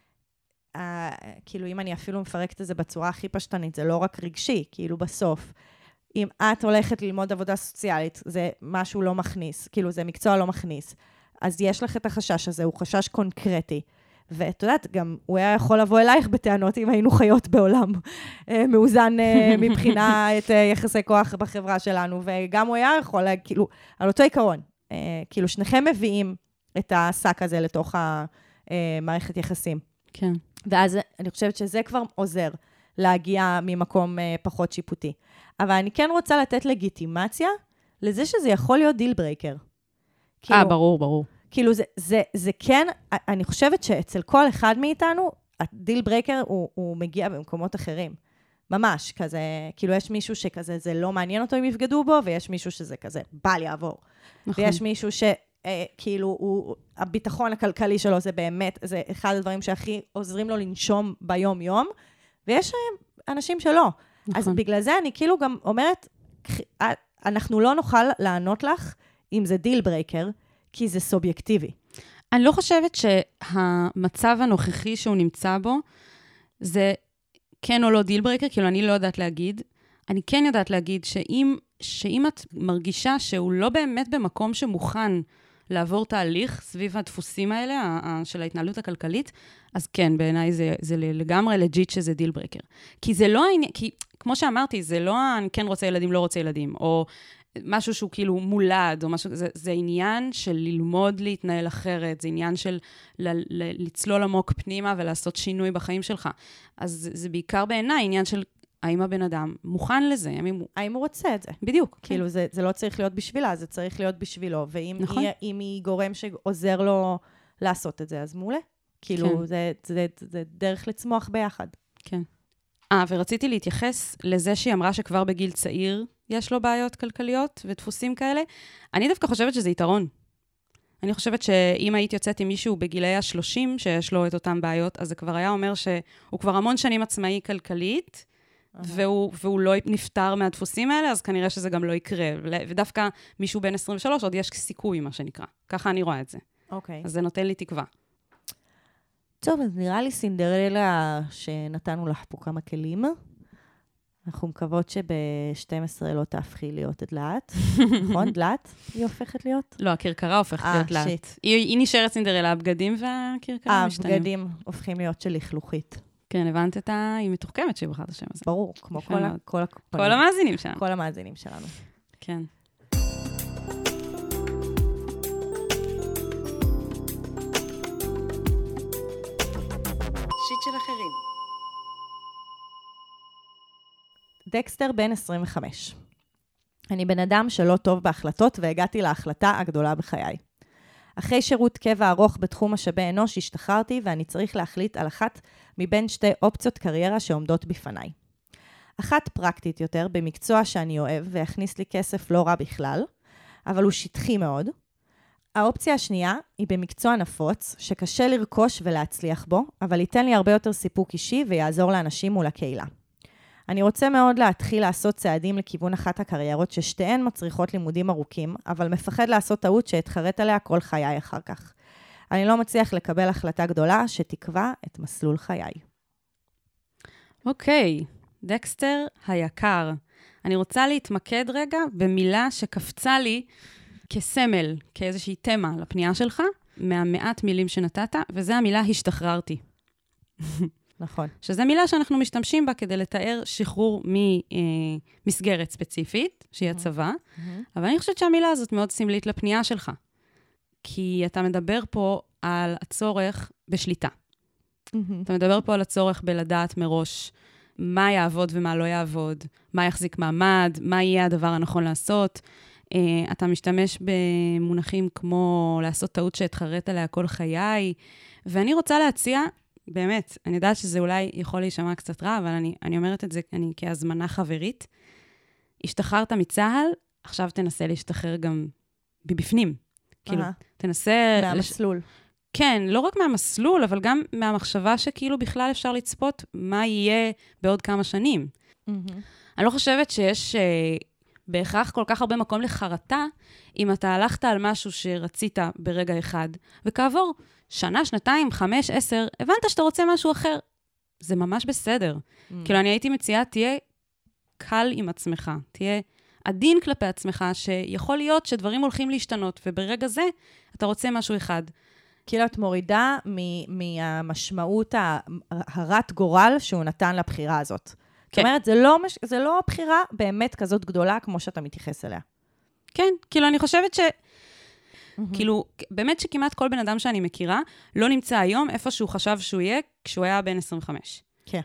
[SPEAKER 1] אה, כאילו אם אני אפילו מפרקת את זה בצורה הכי פשטנית, זה לא רק רגשי, כאילו בסוף, אם את הולכת ללמוד עבודה סוציאלית, זה משהו לא מכניס, כאילו זה מקצוע לא מכניס, אז יש לך את החשש הזה, הוא חשש קונקרטי, ואת יודעת, גם הוא היה יכול לבוא אלייך בטענות אם היינו חיות בעולם מאוזן מבחינה את יחסי כוח בחברה שלנו, וגם הוא היה יכול, כאילו, על אותו עיקרון, כאילו שניכם מביאים את השק הזה לתוך המערכת יחסים.
[SPEAKER 2] כן.
[SPEAKER 1] ואז אני חושבת שזה כבר עוזר להגיע ממקום פחות שיפוטי. אבל אני כן רוצה לתת לגיטימציה לזה שזה יכול להיות דיל ברייקר.
[SPEAKER 2] אה, ברור, ברור.
[SPEAKER 1] כאילו זה, זה, זה כן, אני חושבת שאצל כל אחד מאיתנו, הדיל ברייקר הוא, הוא מגיע במקומות אחרים. ממש, כזה, כאילו יש מישהו שכזה, זה לא מעניין אותו אם יפגדו בו, ויש מישהו שזה כזה, בל יעבור. נכון. ויש מישהו שכאילו, הוא, הביטחון הכלכלי שלו זה באמת, זה אחד הדברים שהכי עוזרים לו לנשום ביום-יום, ויש אנשים שלא. נכון. אז בגלל זה אני כאילו גם אומרת, אנחנו לא נוכל לענות לך אם זה דיל ברייקר, כי זה סובייקטיבי.
[SPEAKER 2] אני לא חושבת שהמצב הנוכחי שהוא נמצא בו, זה כן או לא דיל ברייקר, כאילו אני לא יודעת להגיד. אני כן יודעת להגיד שאם, שאם את מרגישה שהוא לא באמת במקום שמוכן לעבור תהליך סביב הדפוסים האלה, של ההתנהלות הכלכלית, אז כן, בעיניי זה, זה לגמרי לג'יט שזה דיל ברייקר. כי זה לא העניין, כי כמו שאמרתי, זה לא אני כן רוצה ילדים, לא רוצה ילדים, או משהו שהוא כאילו מולד, או משהו, זה, זה עניין של ללמוד להתנהל אחרת, זה עניין של ל, ל, לצלול עמוק פנימה ולעשות שינוי בחיים שלך. אז זה, זה בעיקר בעיניי עניין של האם הבן אדם מוכן לזה, האם הוא...
[SPEAKER 1] האם הוא רוצה את זה.
[SPEAKER 2] בדיוק.
[SPEAKER 1] כאילו, זה, זה לא צריך להיות בשבילה, זה צריך להיות בשבילו. ואם
[SPEAKER 2] נכון.
[SPEAKER 1] היא, אם היא גורם שעוזר לו לעשות את זה, אז מעולה. כאילו,
[SPEAKER 2] כן.
[SPEAKER 1] זה, זה, זה, זה דרך לצמוח ביחד.
[SPEAKER 2] כן. אה, ורציתי להתייחס לזה שהיא אמרה שכבר בגיל צעיר יש לו בעיות כלכליות ודפוסים כאלה. אני דווקא חושבת שזה יתרון. אני חושבת שאם היית יוצאת עם מישהו בגילי ה-שלושים שיש לו את אותם בעיות, אז זה כבר היה אומר שהוא כבר המון שנים עצמאי כלכלית, והוא, והוא לא נפטר מהדפוסים האלה, אז כנראה שזה גם לא יקרה. ודווקא מישהו בן עשרים ושלוש עוד יש סיכוי, מה שנקרא. ככה אני רואה את זה.
[SPEAKER 1] אוקיי.
[SPEAKER 2] אז זה נותן לי תקווה.
[SPEAKER 1] טוב, אז נראה לי סינדרלה שנתנו לך פה כמה כלים. אנחנו מקוות שב-שתים עשרה לא תהפכי להיות דלת. נכון? דלת היא הופכת להיות?
[SPEAKER 2] לא, הכרכרה הופכת להיות דלת.
[SPEAKER 1] שיט.
[SPEAKER 2] היא, היא נשארת סינדרלה, הבגדים והכרכרה משתנים.
[SPEAKER 1] הבגדים הופכים להיות של לכלוכית.
[SPEAKER 2] כן, הבנת את ה... היא מתוחכמת שהיא בחרת השם הזה.
[SPEAKER 1] ברור, כמו כל, ה... כל, ה...
[SPEAKER 2] כל המאזינים שלנו.
[SPEAKER 1] כל המאזינים שלנו.
[SPEAKER 2] כן. שיט של אחרים.
[SPEAKER 1] דקסטר בן עשרים וחמש. אני בן אדם שלא טוב בהחלטות והגעתי להחלטה הגדולה בחיי. אחרי שירות קבע ארוך בתחום משאבי אנוש השתחררתי ואני צריך להחליט על אחת מבין שתי אופציות קריירה שעומדות בפניי. אחת פרקטית יותר במקצוע שאני אוהב ויכניס לי כסף לא רע בכלל, אבל הוא שטחי מאוד. האופציה השנייה היא במקצוע נפוץ שקשה לרכוש ולהצליח בו, אבל ייתן לי הרבה יותר סיפוק אישי ויעזור לאנשים מול הקהילה. אני רוצה מאוד להתחיל לעשות צעדים לכיוון אחת הקריירות ששתיהן מצריכות לימודים ארוכים, אבל מפחד לעשות טעות שהתחרט עליה כל חיי אחר כך. אני לא מצליח לקבל החלטה גדולה שתקבע את מסלול חיי.
[SPEAKER 2] אוקיי, דקסטר היקר. אני רוצה להתמקד רגע במילה שקפצה לי כסמל, כאיזושהי תמה לפנייה שלך, מהמעט מילים שנתת, וזה המילה השתחררתי.
[SPEAKER 1] נכון.
[SPEAKER 2] שזו מילה שאנחנו משתמשים בה כדי לתאר שחרור ממסגרת ספציפית, שהיא הצבא, אבל אני חושבת שהמילה הזאת מאוד סמלית לפנייה שלך. כי אתה מדבר פה על הצורך בשליטה. אתה מדבר פה על הצורך בלדעת מראש מה יעבוד ומה לא יעבוד, מה יחזיק מעמד, מה יהיה הדבר הנכון לעשות. אתה משתמש במונחים כמו לעשות טעות שהתחרט עליה כל חיי, ואני רוצה להציע, באמת, אני יודעת שזה אולי יכול להישמע קצת רע, אבל אני, אני אומרת את זה אני כהזמנה חברית. השתחררת מצהל, עכשיו תנסה להשתחרר גם מבפנים. כאילו, תנסה...
[SPEAKER 1] מהמסלול.
[SPEAKER 2] לש... כן, לא רק מהמסלול, אבל גם מהמחשבה שכאילו בכלל אפשר לצפות מה יהיה בעוד כמה שנים. Mm-hmm. אני לא חושבת שיש אה, בהכרח כל כך הרבה מקום לחרטה, אם אתה הלכת על משהו שרצית ברגע אחד, וכעבור שנה, שנתיים, חמש, עשר, הבנת שאתה רוצה משהו אחר. זה ממש בסדר. Mm. כאילו, אני הייתי מציעה, תהיה קל עם עצמך, תהיה עדין כלפי עצמך, שיכול להיות שדברים הולכים להשתנות, וברגע זה אתה רוצה משהו אחד.
[SPEAKER 1] כאילו, את מורידה מהמשמעות הרת גורל שהוא נתן לבחירה הזאת. כן. זאת אומרת, זה לא, זה לא בחירה באמת כזאת גדולה, כמו שאתה מתייחס אליה.
[SPEAKER 2] כן, כאילו, אני חושבת ש... כאילו, באמת שכמעט כל בן אדם שאני מכירה, לא נמצא היום איפה שהוא חשב שהוא יהיה, כשהוא היה בן עשרים וחמש.
[SPEAKER 1] כן.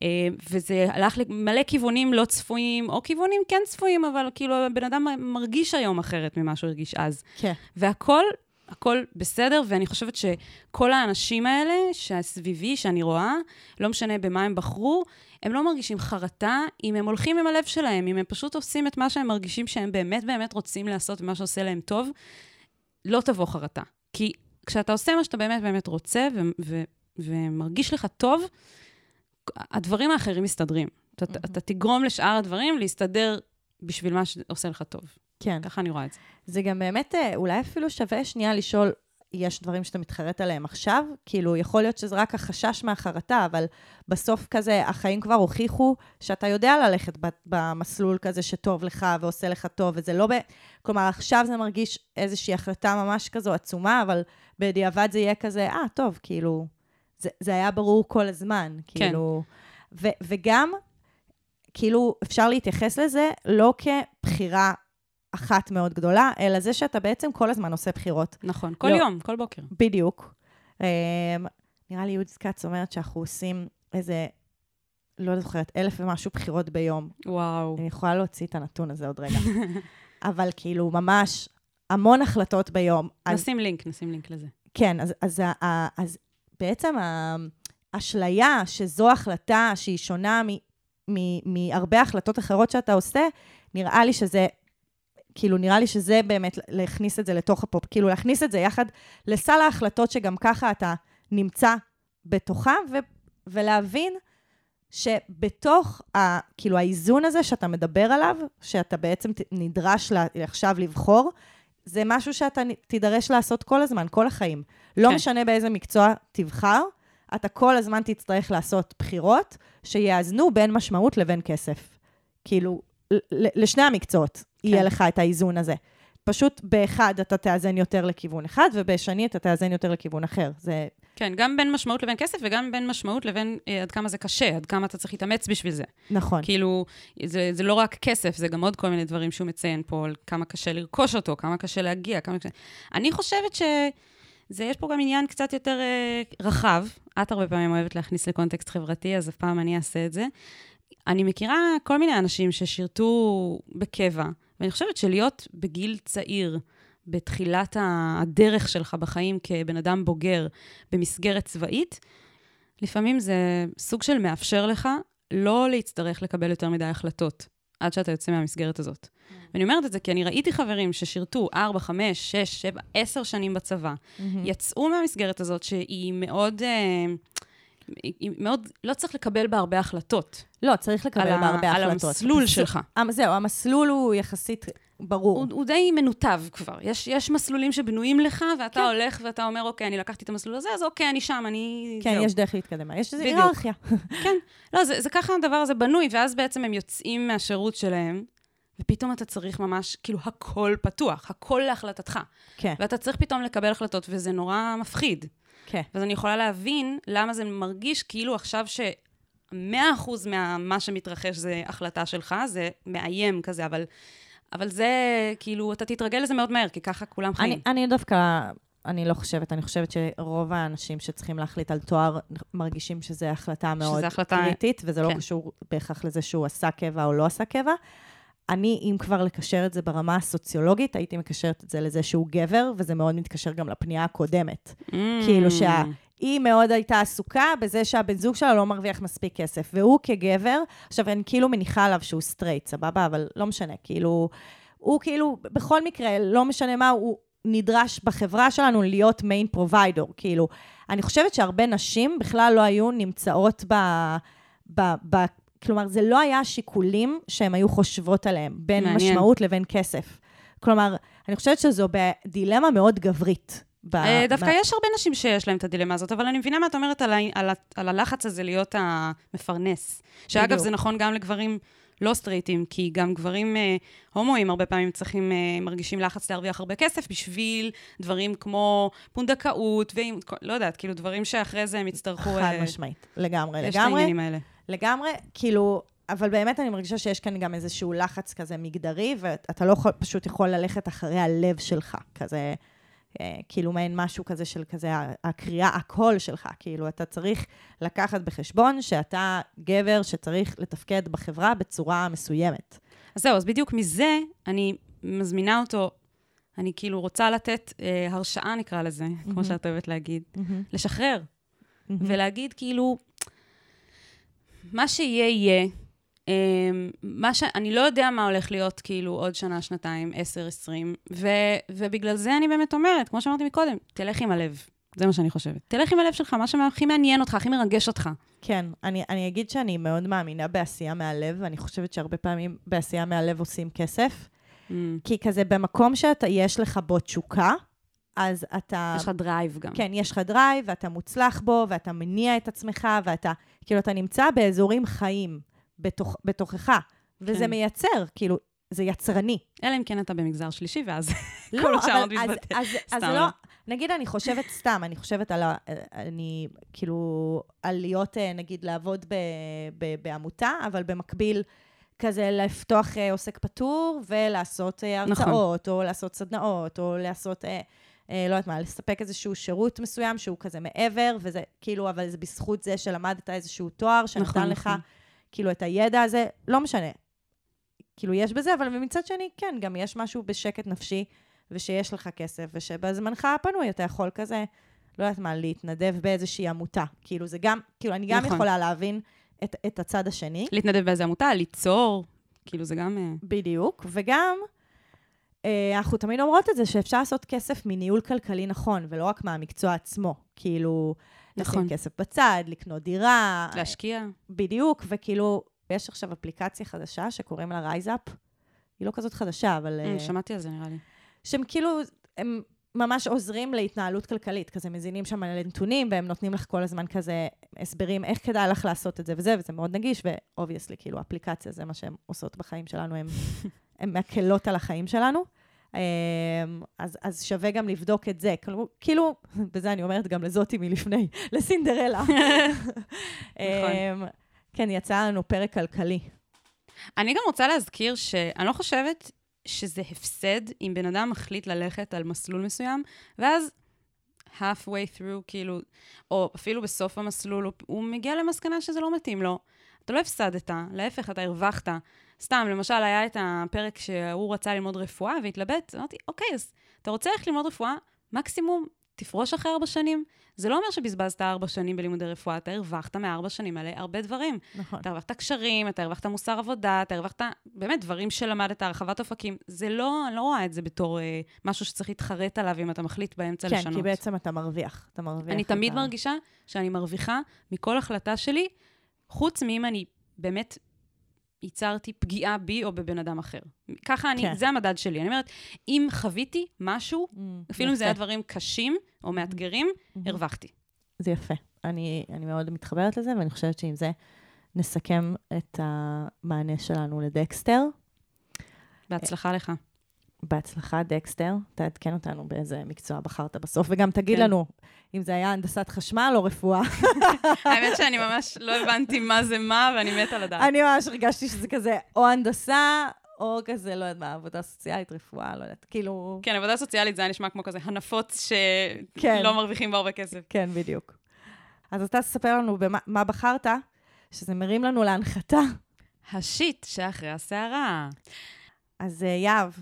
[SPEAKER 2] וזה הלך למלא כיוונים לא צפויים, או כיוונים כן צפויים, אבל כאילו, בן אדם מרגיש היום אחרת ממה שהוא הרגיש אז.
[SPEAKER 1] כן.
[SPEAKER 2] והכל, הכל בסדר, ואני חושבת שכל האנשים האלה, שהסביבי, שאני רואה, לא משנה במה הם בחרו, הם לא מרגישים חרטה, אם הם הולכים עם הלב שלהם, אם הם פשוט עושים את מה שהם מרגישים שהם באמת באמת רוצים לעשות, ומה שעושה להם טוב, לא תבוא חרטה. כי כשאתה עושה מה שאתה באמת באמת רוצה, ו- ו- ומרגיש לך טוב, הדברים האחרים מסתדרים. אתה, mm-hmm. אתה תגרום לשאר הדברים להסתדר בשביל מה שעושה לך טוב.
[SPEAKER 1] כן.
[SPEAKER 2] ככה אני רואה את זה.
[SPEAKER 1] זה גם באמת, אולי אפילו שווה שנייה לשאול, יש דברים שאתה מתחרט עליהם עכשיו? כאילו, יכול להיות שזה רק החשש מהחרטה, אבל בסוף כזה, החיים כבר הוכיחו שאתה יודע ללכת במסלול כזה שטוב לך ועושה לך טוב, וזה לא ב... כלומר, עכשיו זה מרגיש איזושהי החלטה ממש כזו עצומה, אבל בדיעבד זה יהיה כזה, אה, טוב, כאילו, זה, זה היה ברור כל הזמן, כאילו... ו, וגם, כאילו, אפשר להתייחס לזה לא כבחירה אחת מאוד גדולה, אלא זה שאתה בעצם כל הזמן עושה בחירות.
[SPEAKER 2] נכון, כל
[SPEAKER 1] לא,
[SPEAKER 2] יום, כל בוקר.
[SPEAKER 1] בדיוק. נראה לי יהודית קץ אומרת שאנחנו עושים איזה לא זוכרת, אלף ומשהו בחירות ביום.
[SPEAKER 2] וואו.
[SPEAKER 1] אני יכולה להוציא את הנתון הזה עוד רגע. אבל כאילו, ממש המון החלטות ביום.
[SPEAKER 2] נשים אז, לינק, נשים לינק לזה.
[SPEAKER 1] כן, אז, אז, אז, אז בעצם האשליה שזו החלטה שהיא שונה מ, מ, מהרבה החלטות אחרות שאתה עושה, נראה לי שזה, כאילו, נראה לי שזה באמת להכניס את זה לתוך הפופ, כאילו, להכניס את זה יחד לסל ההחלטות שגם ככה אתה נמצא בתוכה, ו, ולהבין שבתוך ה, כאילו, האיזון הזה שאתה מדבר עליו, שאתה בעצם נדרש לה, עכשיו לבחור, זה משהו שאתה תידרש לעשות כל הזמן, כל החיים. לא כן. משנה באיזה מקצוע תבחר, אתה כל הזמן תצטרך לעשות בחירות שיאזנו בין משמעות לבין כסף. כאילו, לשני המקצועות כן. יהיה לך את האיזון הזה. פשוט באחד אתה תאזן יותר לכיוון אחד, ובשני אתה תאזן יותר לכיוון אחר. זה...
[SPEAKER 2] כן, גם בין משמעות לבין כסף, וגם בין משמעות לבין אה, עד כמה זה קשה, עד כמה אתה צריך להתאמץ בשביל זה. נכון. כאילו, זה, זה לא רק כסף, זה גם עוד כל מיני דברים שהוא מציין פה, על כמה קשה לרכוש אותו, כמה קשה להגיע, כמה קשה... אני חושבת שזה, יש פה גם עניין קצת יותר אה, רחב. את הרבה פעמים אוהבת להכניס לקונטקסט חברתי, אז אף פעם אני אעשה את זה. אני מכירה כל מיני אנשים ששירתו בקבע, ואני חושבת שלהיות בגיל צעיר, בתחילת הדרך שלך בחיים כבן אדם בוגר במסגרת צבאית, לפעמים זה סוג של מאפשר לך לא להצטרך לקבל יותר מדי החלטות, עד שאתה יוצא מהמסגרת הזאת. Mm-hmm. ואני אומרת את זה כי אני ראיתי חברים ששירתו ארבע, חמש, שש, שבע, עשר שנים בצבא, mm-hmm. יצאו מהמסגרת הזאת שהיא מאוד... היא מאוד, לא צריך לקבל בה הרבה החלטות.
[SPEAKER 1] לא, צריך לקבל בה הרבה החלטות.
[SPEAKER 2] על המסלול שלך.
[SPEAKER 1] זהו, המסלול הוא יחסית ברור.
[SPEAKER 2] הוא, הוא די מנותב כבר. יש, יש מסלולים שבנויים לך, ואתה כן. הולך ואתה אומר, אוקיי, אני לקחתי את המסלול הזה, אז אוקיי, אני שם, אני...
[SPEAKER 1] כן, זהו. יש דרך להתקדם. יש איזו היררכיה.
[SPEAKER 2] כן. לא, זה, זה ככה הדבר הזה בנוי, ואז בעצם הם יוצאים מהשירות שלהם, ופתאום אתה צריך ממש, כאילו, הכל פתוח, הכל להחלטתך. כן. ואתה צריך פתאום לקבל החלטות, וזה נורא מפחיד. כן. אז אני יכולה להבין למה זה מרגיש כאילו עכשיו ש-מאה אחוז מה שמתרחש זה החלטה שלך, זה מאיים כזה, אבל, אבל זה כאילו, אתה תתרגל לזה מאוד מהר, כי ככה כולם חיים.
[SPEAKER 1] אני, אני דווקא, אני לא חושבת, אני חושבת שרוב האנשים שצריכים להחליט על תואר, מרגישים שזו החלטה מאוד החלטה... קריטית, וזה כן. לא קשור בהכרח לזה שהוא עשה קבע או לא עשה קבע. אני, אם כבר לקשר את זה ברמה הסוציולוגית, הייתי מקשרת את זה לזה שהוא גבר, וזה מאוד מתקשר גם לפנייה הקודמת. Mm. כאילו שהיא מאוד הייתה עסוקה בזה שהבן זוג שלה לא מרוויח מספיק כסף, והוא כגבר, עכשיו אני כאילו מניחה עליו שהוא סטרייט, סבבה, אבל לא משנה, כאילו, הוא כאילו, בכל מקרה, לא משנה מה, הוא נדרש בחברה שלנו להיות מיין פרוביידור, כאילו, אני חושבת שהרבה נשים בכלל לא היו נמצאות ב... ב, ב כלומר, זה לא היה שיקולים שהן היו חושבות עליהם, בין מעניין. משמעות לבין כסף. כלומר, אני חושבת שזו בדילמה מאוד גברית. ב-
[SPEAKER 2] דווקא
[SPEAKER 1] ב-
[SPEAKER 2] יש הרבה נשים שיש להם את הדילמה הזאת, אבל אני מבינה מה את אומרת על, ה- על, ה- על הלחץ הזה להיות המפרנס. שאגב, בדיוק. זה נכון גם לגברים לא סטרייטים, כי גם גברים אה, הומואים הרבה פעמים צריכים, אה, מרגישים לחץ להרוויח הרבה כסף, בשביל דברים כמו פונדקאות, ולא יודעת, כאילו דברים שאחרי זה הם יצטרכו...
[SPEAKER 1] חד אה, משמעית, לגמרי,
[SPEAKER 2] יש
[SPEAKER 1] לגמרי.
[SPEAKER 2] יש את העניינים האלה.
[SPEAKER 1] לגמרי, כאילו, אבל באמת אני מרגישה שיש כאן גם איזשהו לחץ כזה מגדרי, ואתה לא יכול, פשוט יכול ללכת אחרי הלב שלך, כזה, אה, כאילו מעין משהו כזה של כזה, הקריאה, הקול שלך, כאילו, אתה צריך לקחת בחשבון שאתה גבר שצריך לתפקד בחברה בצורה מסוימת.
[SPEAKER 2] אז זהו, אז בדיוק מזה אני מזמינה אותו, אני כאילו רוצה לתת אה, הרשאה, נקרא לזה, mm-hmm. כמו שאת אוהבת להגיד, mm-hmm. לשחרר, mm-hmm. ולהגיד כאילו, מה שיהיה, יהיה. מה ש... אני לא יודע מה הולך להיות כאילו עוד שנה, שנתיים, עשר, עשרים, ו... ובגלל זה אני באמת אומרת, כמו שאמרתי מקודם, תלך עם הלב. זה מה שאני חושבת. תלך עם הלב שלך, מה שהכי מעניין אותך, הכי מרגש אותך.
[SPEAKER 1] כן, אני, אני אגיד שאני מאוד מאמינה בעשייה מהלב, ואני חושבת שהרבה פעמים בעשייה מהלב עושים כסף, mm. כי כזה במקום שאתה, יש לך בו תשוקה, אז אתה...
[SPEAKER 2] יש לך דרייב גם.
[SPEAKER 1] כן, יש לך דרייב, ואתה מוצלח בו, ואתה מניע את עצמך, ואתה, כאילו, אתה נמצא באזורים חיים, בתוך, בתוכך, וזה כן. מייצר, כאילו, זה יצרני.
[SPEAKER 2] אלא אם כן אתה במגזר שלישי, ואז
[SPEAKER 1] לא,
[SPEAKER 2] כל השאר
[SPEAKER 1] עוד מתבטא. אז, אז, אז לא, נגיד, אני חושבת סתם, אני חושבת על, אני, כאילו, על להיות, נגיד, לעבוד ב, ב, בעמותה, אבל במקביל, כזה לפתוח עוסק פטור, ולעשות הרצאות, נכון. או לעשות סדנאות, או לעשות... לא יודעת מה, לספק איזשהו שירות מסוים שהוא כזה מעבר, וזה כאילו, אבל זה בזכות זה שלמדת איזשהו תואר שנתן לך כאילו את הידע הזה, לא משנה. כאילו יש בזה, אבל מצד שני, כן, גם יש משהו בשקט נפשי, ושיש לך כסף, ושבזמנך הפנוי אתה יכול כזה, לא יודעת מה, להתנדב באיזושהי עמותה. כאילו זה גם, כאילו אני גם נכון. יכולה להבין את, את הצד השני.
[SPEAKER 2] להתנדב באיזו עמותה, ליצור, כאילו זה גם...
[SPEAKER 1] בדיוק, וגם אה, אנחנו תמיד אומרות את זה, שאפשר לעשות כסף מניהול כלכלי נכון, ולא רק מהמקצוע עצמו. כאילו, נכון. לשים כסף בצד, לקנות דירה.
[SPEAKER 2] להשקיע.
[SPEAKER 1] בדיוק, וכאילו, יש עכשיו אפליקציה חדשה שקוראים לה רייזאפ. היא לא כזאת חדשה, אבל...
[SPEAKER 2] Mm, שמעתי על זה, נראה לי.
[SPEAKER 1] שהם כאילו, הם ממש עוזרים להתנהלות כלכלית, כזה מזינים שם על נתונים, והם נותנים לך כל הזמן כזה הסברים, איך כדאי לך לעשות את זה וזה, וזה מאוד נגיש, ו-obviously, כאילו, אפליקציה, זה מה שהן עושות בחיים שלנו, הן מקלות על החיים שלנו. אז, אז שווה גם לבדוק את זה. כאילו, בזה אני אומרת גם לזאתי מלפני, לסינדרלה. כן, יצא לנו פרק כלכלי.
[SPEAKER 2] אני גם רוצה להזכיר שאני לא חושבת שזה הפסד אם בן אדם מחליט ללכת על מסלול מסוים, ואז halfway through, כאילו, או אפילו בסוף המסלול, הוא, הוא מגיע למסקנה שזה לא מתאים לו. אתה לא הפסדת, להפך, אתה הרווחת. סתם, למשל, היה את הפרק שהוא רצה ללמוד רפואה, והתלבט, אמרתי, אוקיי, אז אתה רוצה ללכת ללמוד רפואה, מקסימום תפרוש אחרי ארבע שנים. זה לא אומר שבזבזת ארבע שנים בלימודי רפואה, אתה הרווחת מארבע שנים האלה הרבה דברים.
[SPEAKER 1] נכון.
[SPEAKER 2] אתה הרווחת קשרים, אתה הרווחת מוסר עבודה, אתה הרווחת באמת דברים שלמדת, הרחבת אופקים. זה לא, אני לא רואה את זה בתור אה, משהו שצריך להתחרט עליו אם אתה מחליט באמצע
[SPEAKER 1] כן,
[SPEAKER 2] לשנות.
[SPEAKER 1] כן, כי בעצם אתה מרוויח. אתה מרוויח
[SPEAKER 2] אני תמיד
[SPEAKER 1] ה...
[SPEAKER 2] מרגישה שאני מרוויחה מכל החלטה שלי, חוץ מאם אני באמת ייצרתי פגיעה בי או בבן אדם אחר. ככה אני, כן. זה המדד שלי. אני אומרת, אם חוויתי משהו, mm, אפילו אם זה היה דברים קשים או מאתגרים, mm-hmm. הרווחתי.
[SPEAKER 1] זה יפה. אני, אני מאוד מתחברת לזה, ואני חושבת שעם זה נסכם את המענה שלנו לדקסטר.
[SPEAKER 2] בהצלחה לך.
[SPEAKER 1] בהצלחה, דקסטר. תעדכן אותנו באיזה מקצוע בחרת בסוף, וגם תגיד כן. לנו אם זה היה הנדסת חשמל או רפואה.
[SPEAKER 2] האמת שאני ממש לא הבנתי מה זה מה, ואני מתה לדעת.
[SPEAKER 1] אני ממש הרגשתי שזה כזה או הנדסה, או כזה, לא יודעת מה, עבודה סוציאלית, רפואה, לא יודעת, כאילו...
[SPEAKER 2] כן, עבודה סוציאלית זה היה נשמע כמו כזה הנפוץ שלא
[SPEAKER 1] כן.
[SPEAKER 2] מרוויחים בהרבה כסף.
[SPEAKER 1] כן, בדיוק. אז אתה תספר לנו במה, מה בחרת, שזה מרים לנו להנחתה.
[SPEAKER 2] השיט שאחרי הסערה.
[SPEAKER 1] אז יאב,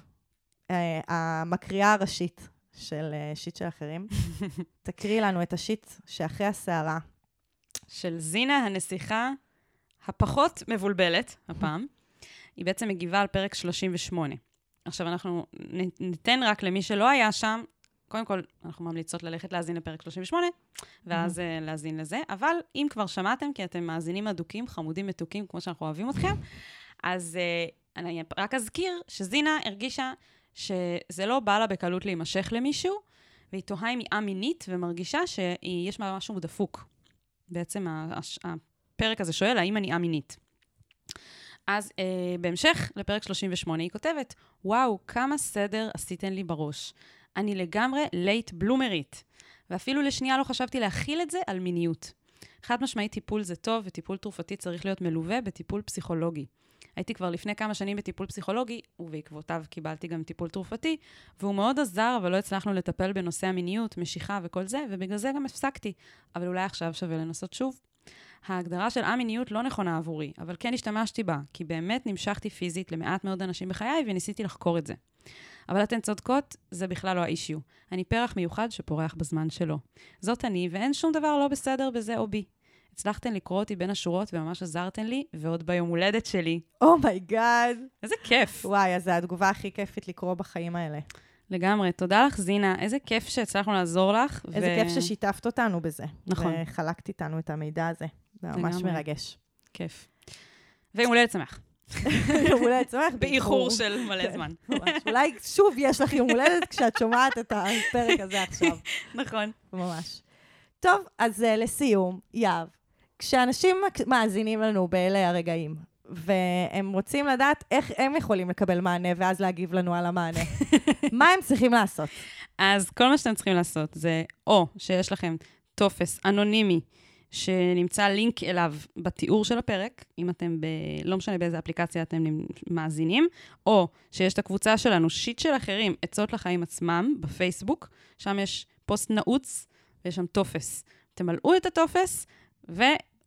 [SPEAKER 1] המקריאה הראשית של שיט של אחרים, תקריא לנו את השיט שאחרי הסערה.
[SPEAKER 2] של זינה הנסיכה הפחות מבולבלת, הפעם. היא בעצם מגיבה על פרק שלושים ושמונה. עכשיו אנחנו ניתן רק למי שלא היה שם, קודם כל אנחנו ממליצות ללכת להאזין לפרק שלושים ושמונה, ואז mm-hmm. להאזין לזה, אבל אם כבר שמעתם, כי אתם מאזינים אדוקים, חמודים מתוקים, כמו שאנחנו אוהבים אתכם, אז uh, אני רק אזכיר שזינה הרגישה שזה לא בא לה בקלות להימשך למישהו, והיא תוהה אם היא א-מינית ומרגישה שיש משהו דפוק. בעצם הפרק הזה שואל, האם אני א-מינית? אז אה, בהמשך לפרק שלושים ושמונה היא כותבת, וואו, כמה סדר עשיתן לי בראש. אני לגמרי לייט בלומרית. ואפילו לשנייה לא חשבתי להכיל את זה על מיניות. חד משמעית טיפול זה טוב, וטיפול תרופתי צריך להיות מלווה בטיפול פסיכולוגי. הייתי כבר לפני כמה שנים בטיפול פסיכולוגי, ובעקבותיו קיבלתי גם טיפול תרופתי, והוא מאוד עזר, אבל לא הצלחנו לטפל בנושא המיניות, משיכה וכל זה, ובגלל זה גם הפסקתי. אבל אולי עכשיו שווה לנסות שוב. ההגדרה של א-מיניות לא נכונה עבורי, אבל כן השתמשתי בה, כי באמת נמשכתי פיזית למעט מאוד אנשים בחיי, וניסיתי לחקור את זה. אבל אתן צודקות, זה בכלל לא האישיו. אני פרח מיוחד שפורח בזמן שלו. זאת אני, ואין שום דבר לא בסדר בזה או בי. הצלחתן לקרוא אותי בין השורות, וממש עזרתן לי, ועוד ביום הולדת שלי.
[SPEAKER 1] אומייגאד.
[SPEAKER 2] איזה כיף.
[SPEAKER 1] וואי, אז זה התגובה הכי כיפית לקרוא בחיים האלה.
[SPEAKER 2] לגמרי. תודה לך, זינה. איזה כיף שהצלחנו לעזור לך.
[SPEAKER 1] איזה ו... כיף ששיתפת אותנו בזה.
[SPEAKER 2] נכון.
[SPEAKER 1] וחלקת איתנו את המידע הזה. זה ממש מרגש.
[SPEAKER 2] כיף. ויום הולדת שמח.
[SPEAKER 1] יום הולדת שמח.
[SPEAKER 2] באיחור של מלא זמן.
[SPEAKER 1] אולי שוב יש לך יום הולדת כשאת שומעת את הפרק הזה עכשיו.
[SPEAKER 2] נכון.
[SPEAKER 1] ממש. טוב, אז לסיום, יאב, כשאנשים מאזינים לנו באלה הרגעים, והם רוצים לדעת איך הם יכולים לקבל מענה, ואז להגיב לנו על המענה, מה הם צריכים לעשות?
[SPEAKER 2] אז כל מה שאתם צריכים לעשות זה, או שיש לכם טופס אנונימי, שנמצא לינק אליו בתיאור של הפרק, אם אתם ב... לא משנה באיזה אפליקציה אתם מאזינים, או שיש את הקבוצה שלנו, שיט של אחרים, עצות לחיים עצמם, בפייסבוק, שם יש פוסט נעוץ, ויש שם טופס. תמלאו את הטופס,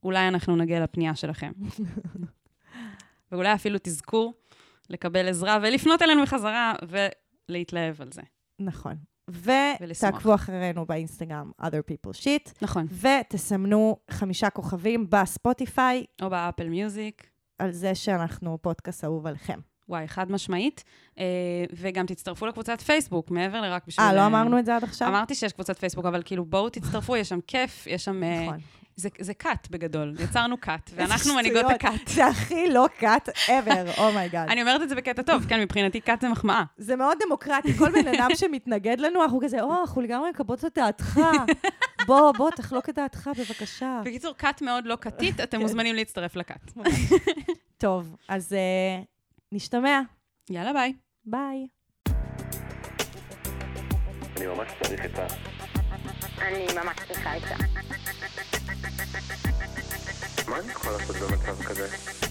[SPEAKER 2] אולי אנחנו נגיע לפנייה שלכם. ואולי אפילו תזכו לקבל עזרה ולפנות אלינו בחזרה ולהתלהב על זה.
[SPEAKER 1] נכון. ותעקבו אחרינו באינסטגרם other people shit.
[SPEAKER 2] נכון.
[SPEAKER 1] ותסמנו חמישה כוכבים בספוטיפיי.
[SPEAKER 2] או באפל מיוזיק.
[SPEAKER 1] על זה שאנחנו פודקאסט אהוב עליכם.
[SPEAKER 2] וואי, חד משמעית. וגם תצטרפו לקבוצת פייסבוק, מעבר לרק בשביל...
[SPEAKER 1] אה, לא אמרנו את זה עד עכשיו?
[SPEAKER 2] אמרתי שיש קבוצת פייסבוק, אבל כאילו בואו תצטרפו, יש שם כיף, יש שם... נכון. זה, זה קאט בגדול, יצרנו קאט, ואנחנו מנהיגות הקאט.
[SPEAKER 1] זה הכי לא קאט ever, אומייגאד.
[SPEAKER 2] אני אומרת את זה בקטע טוב, כן, מבחינתי קאט זה מחמאה.
[SPEAKER 1] זה מאוד דמוקרטי, כל בן אדם שמתנגד לנו, אנחנו כזה, או, אנחנו לגמרי מקבלות את דעתך. בוא, בוא, תחלוק את דעתך, בבקשה.
[SPEAKER 2] בקיצור, קאט מאוד לא קאטית, אתם מוזמנים להצטרף לקאט.
[SPEAKER 1] טוב, אז נשתמע.
[SPEAKER 2] יאללה, ביי.
[SPEAKER 1] ביי.
[SPEAKER 3] אני ממש צריך את ה...
[SPEAKER 4] אני ממש צריכה את זה.
[SPEAKER 3] מה אני יכול לעשות במצב כזה?